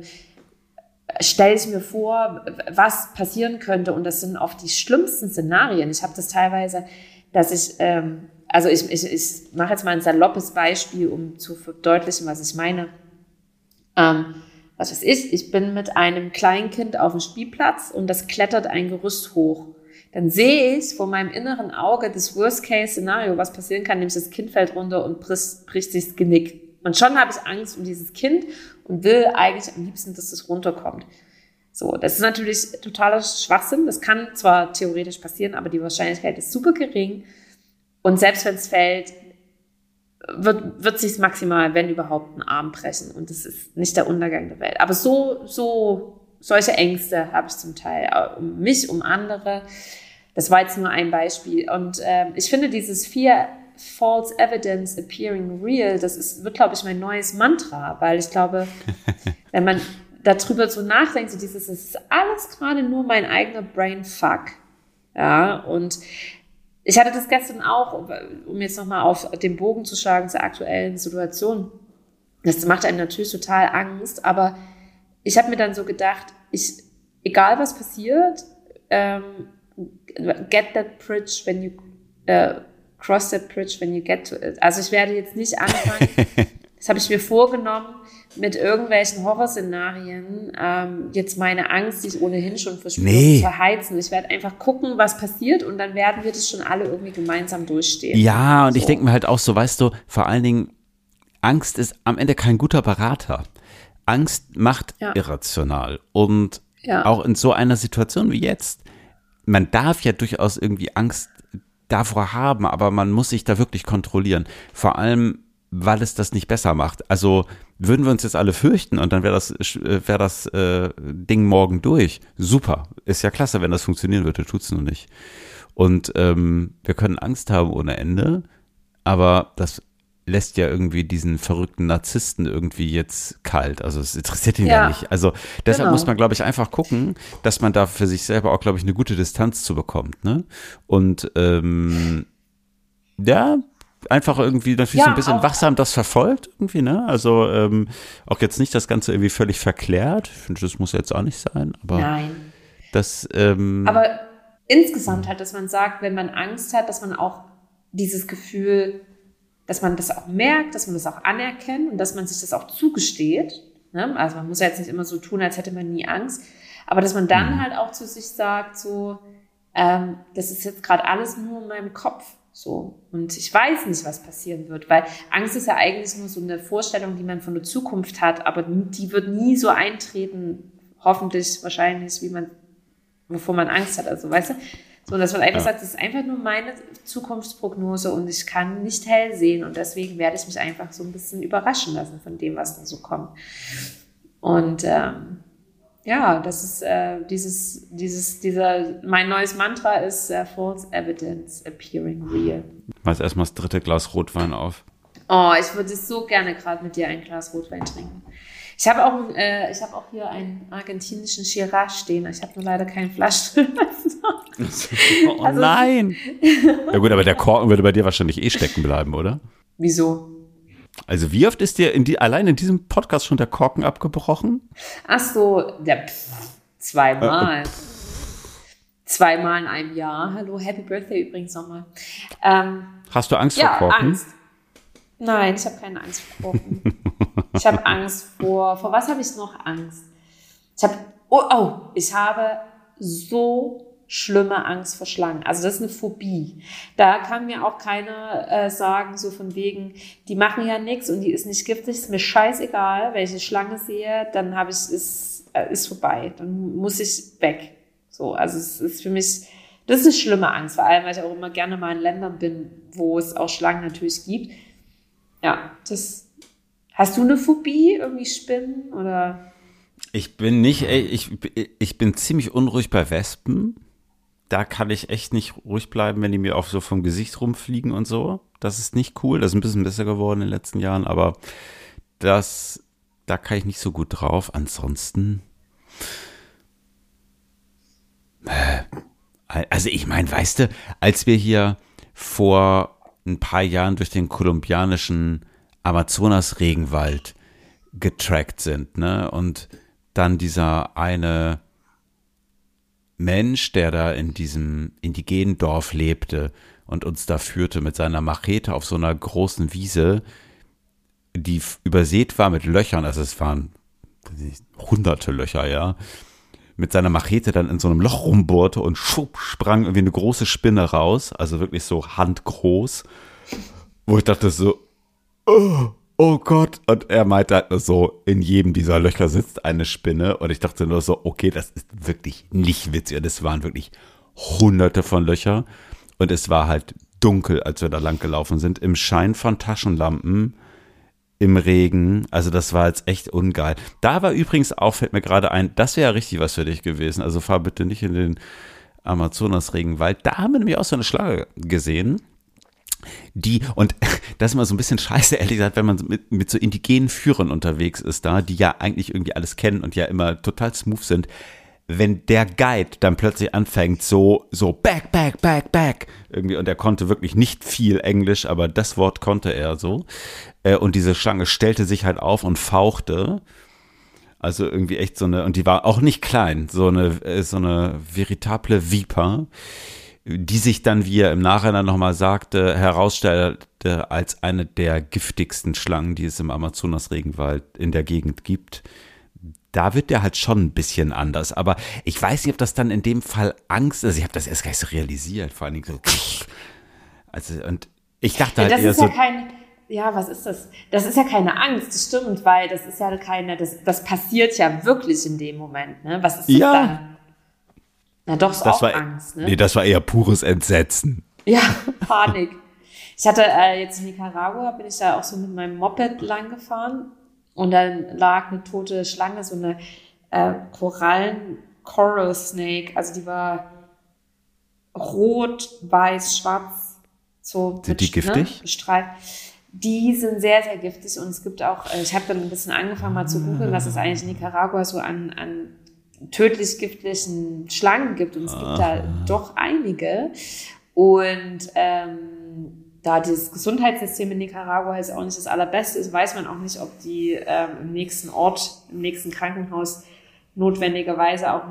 stelle ich mir vor, was passieren könnte, und das sind oft die schlimmsten Szenarien. Ich habe das teilweise, dass ich, also ich mache jetzt mal ein saloppes Beispiel, um zu verdeutlichen, was ich meine. Was weiß ich bin mit einem Kleinkind auf dem Spielplatz und das klettert ein Gerüst hoch. Dann sehe ich vor meinem inneren Auge das Worst-Case-Szenario, was passieren kann, nämlich das Kind fällt runter und bricht sich das Genick. Und schon habe ich Angst um dieses Kind und will eigentlich am liebsten, dass es runterkommt. So, das ist natürlich totaler Schwachsinn. Das kann zwar theoretisch passieren, aber die Wahrscheinlichkeit ist super gering. Und selbst wenn es fällt, wird sich maximal, wenn überhaupt, ein Arm brechen. Und das ist nicht der Untergang der Welt. Aber solche Ängste habe ich zum Teil um mich, um andere. Das war jetzt nur ein Beispiel. Und ich finde dieses Fear, False Evidence Appearing Real, wird, glaube ich, mein neues Mantra, weil ich glaube, wenn man darüber so nachdenkt, so dieses, das ist alles gerade nur mein eigener Brainfuck. Ja, und ich hatte das gestern auch, um jetzt nochmal auf den Bogen zu schlagen zur aktuellen Situation. Das macht einem natürlich total Angst, aber ich habe mir dann so gedacht, egal was passiert, get that bridge when you cross that bridge when you get to it. Also ich werde jetzt nicht anfangen, das habe ich mir vorgenommen, mit irgendwelchen Horrorszenarien jetzt meine Angst, die ich ohnehin schon verspüre, zu verheizen. Ich werde einfach gucken, was passiert, und dann werden wir das schon alle irgendwie gemeinsam durchstehen. Ja, und so. Ich denke mir halt auch so, weißt du, vor allen Dingen, Angst ist am Ende kein guter Berater. Angst macht irrational. Und auch in so einer Situation wie jetzt, man darf ja durchaus irgendwie Angst davor haben, aber man muss sich da wirklich kontrollieren. Vor allem, weil es das nicht besser macht. Also würden wir uns jetzt alle fürchten und dann wäre das Ding morgen durch. Super, ist ja klasse, wenn das funktionieren würde, tut's nur nicht. Und wir können Angst haben ohne Ende, aber das lässt ja irgendwie diesen verrückten Narzissten irgendwie jetzt kalt. Also es interessiert ihn ja nicht. Also deshalb muss man, glaube ich, einfach gucken, dass man da für sich selber auch, glaube ich, eine gute Distanz zu bekommt. Ne? Und einfach irgendwie natürlich so ein bisschen wachsam das verfolgt irgendwie. Ne? Also auch jetzt nicht das Ganze irgendwie völlig verklärt. Ich finde, das muss jetzt auch nicht sein. Aber nein. Das, aber insgesamt halt, dass man sagt, wenn man Angst hat, dass man auch dieses Gefühl, dass man das auch merkt, dass man das auch anerkennt und dass man sich das auch zugesteht. Ne? Also man muss ja jetzt nicht immer so tun, als hätte man nie Angst, aber dass man dann halt auch zu sich sagt, so, das ist jetzt gerade alles nur in meinem Kopf. So. Und ich weiß nicht, was passieren wird, weil Angst ist ja eigentlich nur so eine Vorstellung, die man von der Zukunft hat, aber die wird nie so eintreten, hoffentlich, wahrscheinlich, wovor man Angst hat. Also, weißt du? So, dass man einfach sagt, das ist einfach nur meine Zukunftsprognose und ich kann nicht hell sehen und deswegen werde ich mich einfach so ein bisschen überraschen lassen von dem, was da so kommt. Und das ist mein neues Mantra ist False Evidence Appearing Real. Mach erstmal das 3. Glas Rotwein auf. Oh, ich würde so gerne gerade mit dir ein Glas Rotwein trinken. Ich habe auch hier einen argentinischen Shiraz stehen. Ich habe nur leider keinen Flaschenöffner. Oh also, nein! Ja gut, aber der Korken würde bei dir wahrscheinlich stecken bleiben, oder? Wieso? Also wie oft ist dir allein in diesem Podcast schon der Korken abgebrochen? Ach so, zweimal. Zweimal in einem Jahr. Hallo, Happy Birthday übrigens nochmal. Hast du Angst vor Korken? Angst. Nein, ich habe keine Angst vor Korken. Ich habe Angst vor was habe ich noch Angst? Ich habe so schlimme Angst vor Schlangen. Also das ist eine Phobie. Da kann mir auch keiner sagen, so von wegen, die machen ja nichts und die ist nicht giftig, ist mir scheißegal, wenn ich eine Schlange sehe, dann ist vorbei. Dann muss ich weg. So, also es ist für mich, das ist eine schlimme Angst, vor allem, weil ich auch immer gerne mal in Ländern bin, wo es auch Schlangen natürlich gibt. Ja, hast du eine Phobie, irgendwie Spinnen oder? Ich bin ziemlich unruhig bei Wespen. Da kann ich echt nicht ruhig bleiben, wenn die mir auch so vom Gesicht rumfliegen und so. Das ist nicht cool. Das ist ein bisschen besser geworden in den letzten Jahren, aber da kann ich nicht so gut drauf. Ansonsten, also ich meine, weißt du, als wir hier vor ein paar Jahren durch den kolumbianischen Amazonas-Regenwald getrackt sind, ne, und dann dieser eine Mensch, der da in diesem indigenen Dorf lebte und uns da führte mit seiner Machete auf so einer großen Wiese, die übersät war mit Löchern, also es waren hunderte Löcher, ja, mit seiner Machete dann in so einem Loch rumbohrte und schwupp, sprang irgendwie eine große Spinne raus, also wirklich so handgroß, wo ich dachte so, oh Gott, und er meinte halt nur so, in jedem dieser Löcher sitzt eine Spinne und ich dachte nur so, okay, das ist wirklich nicht witzig und es waren wirklich hunderte von Löcher und es war halt dunkel, als wir da lang gelaufen sind, im Schein von Taschenlampen, im Regen, also das war jetzt echt ungeil. Da war übrigens auch, fällt mir gerade ein, das wäre ja richtig was für dich gewesen, also fahr bitte nicht in den Amazonas-Regenwald, da haben wir nämlich auch so eine Schlange gesehen. Und das ist immer so ein bisschen scheiße, ehrlich gesagt, wenn man mit so indigenen Führern unterwegs ist da, die ja eigentlich irgendwie alles kennen und ja immer total smooth sind, wenn der Guide dann plötzlich anfängt so back, irgendwie, und er konnte wirklich nicht viel Englisch, aber das Wort konnte er so, und diese Schlange stellte sich halt auf und fauchte, also irgendwie echt und die war auch nicht klein, so eine veritable Viper, die sich dann, wie er im Nachhinein nochmal sagte, herausstellte als eine der giftigsten Schlangen, die es im Amazonas-Regenwald in der Gegend gibt. Da wird der halt schon ein bisschen anders. Aber ich weiß nicht, ob das dann in dem Fall Angst ist. Also ich habe das erst gar nicht so realisiert. Vor allen Dingen so. Also, und ich dachte halt eher so. Was ist das? Das ist ja keine Angst, das stimmt, weil das ist ja das passiert ja wirklich in dem Moment. Ne? Was ist das dann? Na doch, ist auch Angst, ne? Nee, das war eher pures Entsetzen. Ja, Panik. Ich hatte jetzt in Nicaragua, bin ich da auch so mit meinem Moped lang gefahren und dann lag eine tote Schlange, so eine Coral Snake, also die war rot, weiß, schwarz, so. Sind die giftig? Bestreift. Die sind sehr, sehr giftig und es gibt auch, ich habe dann ein bisschen angefangen mal zu googeln, was es eigentlich in Nicaragua so an tödlich giftlichen Schlangen gibt und es gibt da doch einige und da das Gesundheitssystem in Nicaragua ist auch nicht das allerbeste ist, weiß man auch nicht, ob die im nächsten Krankenhaus notwendigerweise auch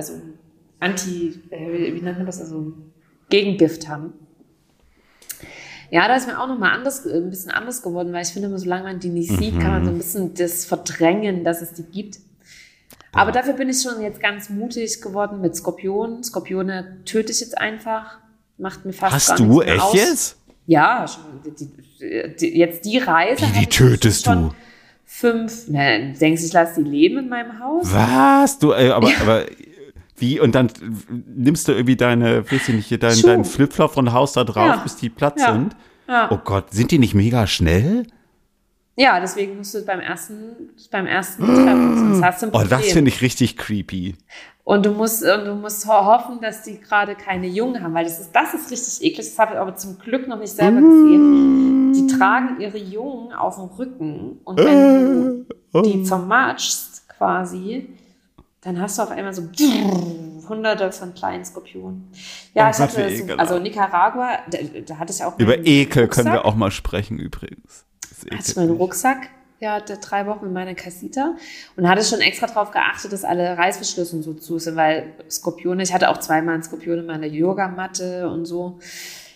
wie nennt man das, also Gegengift haben. Ja, da ist mir auch nochmal ein bisschen anders geworden, weil ich finde immer, solange man die nicht sieht, kann man so ein bisschen das verdrängen, dass es die gibt. Aber dafür bin ich schon jetzt ganz mutig geworden mit Skorpionen. Skorpione töte ich jetzt einfach. Macht mir fast gar nichts mehr aus. Hast du echt jetzt? Ja, jetzt die Reise. Wie tötest du? 5. Denkst du, ich lasse die leben in meinem Haus? Was? Du, aber wie? Und dann nimmst du irgendwie deinen Flipflop von Haus da drauf, bis die platt sind? Ja. Oh Gott, sind die nicht mega schnell? Ja, deswegen musst du beim ersten Treffen, sonst hast du ein Problem. Das finde ich richtig creepy. Und du musst hoffen, dass die gerade keine Jungen haben, weil das ist richtig eklig. Das habe ich aber zum Glück noch nicht selber gesehen. Die tragen ihre Jungen auf dem Rücken und wenn du die zermatschst quasi, dann hast du auf einmal so hunderte von kleinen Skorpionen. Ja, ich hatte also Nicaragua, da hatte ich auch über Ekel können wir auch mal sprechen übrigens. Hatte ich meinen Rucksack, ja, 3 Wochen mit meiner Casita und hatte schon extra darauf geachtet, dass alle Reißverschlüsse und so zu sind, weil Skorpione, ich hatte auch 2-mal einen Skorpion in meiner Yogamatte und so.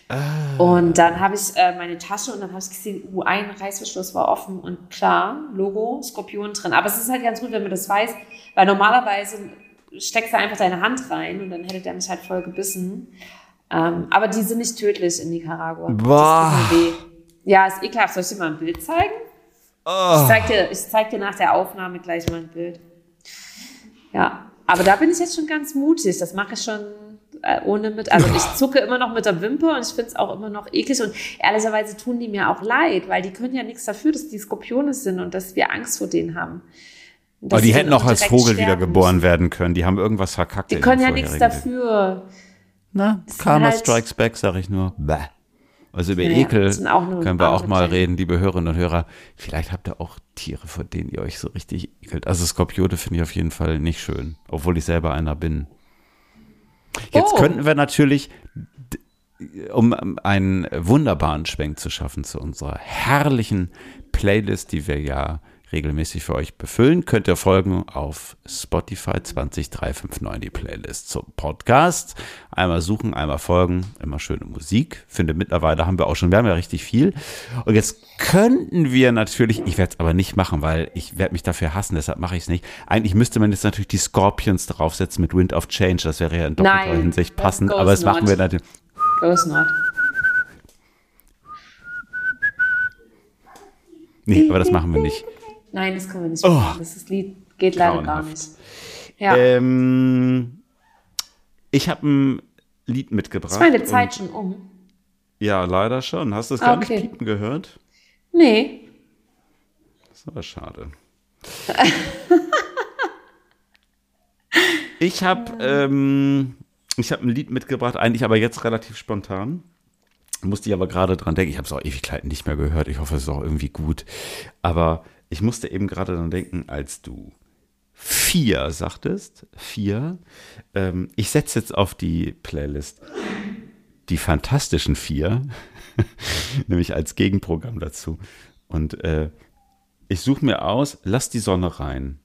Und dann habe ich meine Tasche und dann habe ich gesehen, ein Reißverschluss war offen und klar, Logo, Skorpion drin. Aber es ist halt ganz gut, wenn man das weiß, weil normalerweise steckst du einfach deine Hand rein und dann hätte der mich halt voll gebissen. Aber die sind nicht tödlich in Nicaragua. Boah. Das tut mir weh. Ja, ist ekelhaft. Soll ich dir mal ein Bild zeigen? Oh. Ich zeig dir nach der Aufnahme gleich mal ein Bild. Ja, aber da bin ich jetzt schon ganz mutig. Das mache ich schon ohne mit. Also ich zucke immer noch mit der Wimper und ich finde es auch immer noch eklig. Und ehrlicherweise tun die mir auch leid, weil die können ja nichts dafür, dass die Skorpione sind und dass wir Angst vor denen haben. Aber die hätten auch als Vogel wieder geboren werden können. Die haben irgendwas verkackt. Die können ja nichts dafür. Na, Karma Strikes Back, sag ich nur. Bäh. Also über Ekel können wir auch mal reden, liebe Hörerinnen und Hörer. Vielleicht habt ihr auch Tiere, vor denen ihr euch so richtig ekelt. Also Skorpione finde ich auf jeden Fall nicht schön, obwohl ich selber einer bin. Jetzt könnten wir natürlich, um einen wunderbaren Schwenk zu schaffen zu unserer herrlichen Playlist, die wir ja regelmäßig für euch befüllen, könnt ihr folgen auf Spotify 20359, die Playlist zum Podcast. Einmal suchen, einmal folgen, immer schöne Musik. Finde mittlerweile wir haben ja richtig viel. Und jetzt könnten wir natürlich, ich werde es aber nicht machen, weil ich werde mich dafür hassen, deshalb mache ich es nicht. Eigentlich müsste man jetzt natürlich die Scorpions draufsetzen mit Wind of Change, das wäre ja in doppelter Hinsicht passend, aber das machen wir natürlich. Goes not. Nee, aber das machen wir nicht. Nein, das können wir nicht machen. Das Lied geht leider gar nicht. Ja. Ich habe ein Lied mitgebracht. Ist meine Zeit schon um? Ja, leider schon. Hast du das gar nicht piepen gehört? Nee. Das ist aber schade. Ich habe ein Lied mitgebracht, eigentlich aber jetzt relativ spontan. Musste ich aber gerade dran denken. Ich habe es auch Ewigkeiten nicht mehr gehört. Ich hoffe, es ist auch irgendwie gut. Aber ich musste eben gerade dran denken, als du 4 sagtest. 4. Ich setze jetzt auf die Playlist die Fantastischen 4. Nämlich als Gegenprogramm dazu. Und ich suche mir aus, Lass die Sonne rein.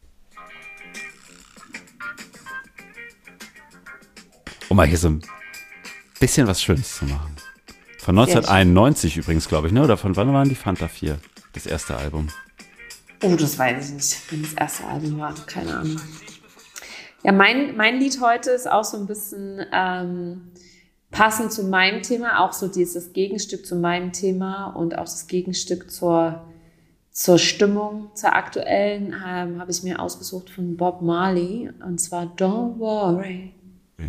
Um mal hier so ein bisschen was Schönes zu machen. Von 1991 übrigens, glaube ich, ne? Oder von wann waren die Fanta 4? Das erste Album. Oh, das weiß ich nicht, wenn das erste Album war. Keine Ahnung. Ja, mein Lied heute ist auch so ein bisschen passend zu meinem Thema. Auch so dieses Gegenstück zu meinem Thema und auch das Gegenstück zur Stimmung, zur aktuellen, habe ich mir ausgesucht von Bob Marley. Und zwar Don't Worry. Okay.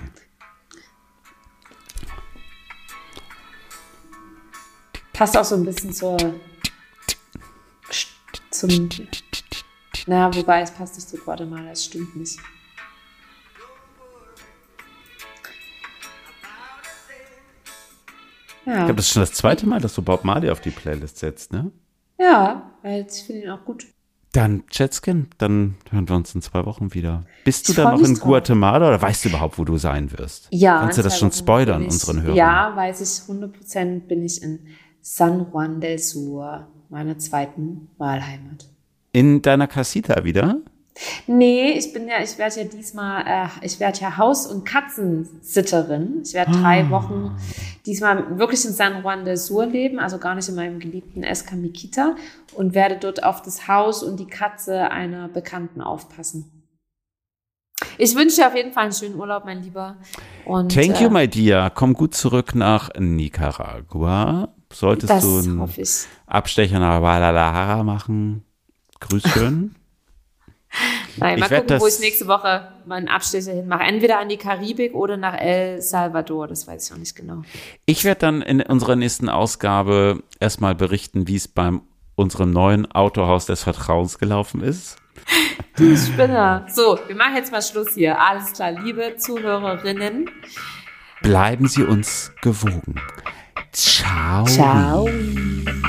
Passt auch so ein bisschen wobei es passt nicht zu Guatemala, das stimmt nicht. Ja. Ich glaube, das ist schon das zweite Mal, dass du Bob Marley auf die Playlist setzt, ne? Ja, weil ich finde ihn auch gut. Dann, Schätzchen, dann hören wir uns in 2 Wochen wieder. Bist du dann noch in Guatemala oder weißt du überhaupt, wo du sein wirst? Ja. Kannst du das schon spoilern, unseren Hörern? Ja, weiß ich 100%, bin ich in San Juan del Sur, meiner zweiten Wahlheimat. In deiner Casita wieder? Nee, ich werde ja Haus- und Katzensitterin. Ich werde 3 Wochen diesmal wirklich in San Juan del Sur leben, also gar nicht in meinem geliebten Escamiquita, und werde dort auf das Haus und die Katze einer Bekannten aufpassen. Ich wünsche dir auf jeden Fall einen schönen Urlaub, mein Lieber. Und, Thank you, my dear. Komm gut zurück nach Nicaragua. Solltest du einen Abstecher nach Guadalajara machen? Grüß schön. Nein, mal gucken, wo ich nächste Woche meinen Abstecher hinmache. Entweder an die Karibik oder nach El Salvador, das weiß ich noch nicht genau. Ich werde dann in unserer nächsten Ausgabe erstmal berichten, wie es bei unserem neuen Autohaus des Vertrauens gelaufen ist. Du Spinner. So, wir machen jetzt mal Schluss hier. Alles klar, liebe Zuhörerinnen. Bleiben Sie uns gewogen. Ciao. Ciao.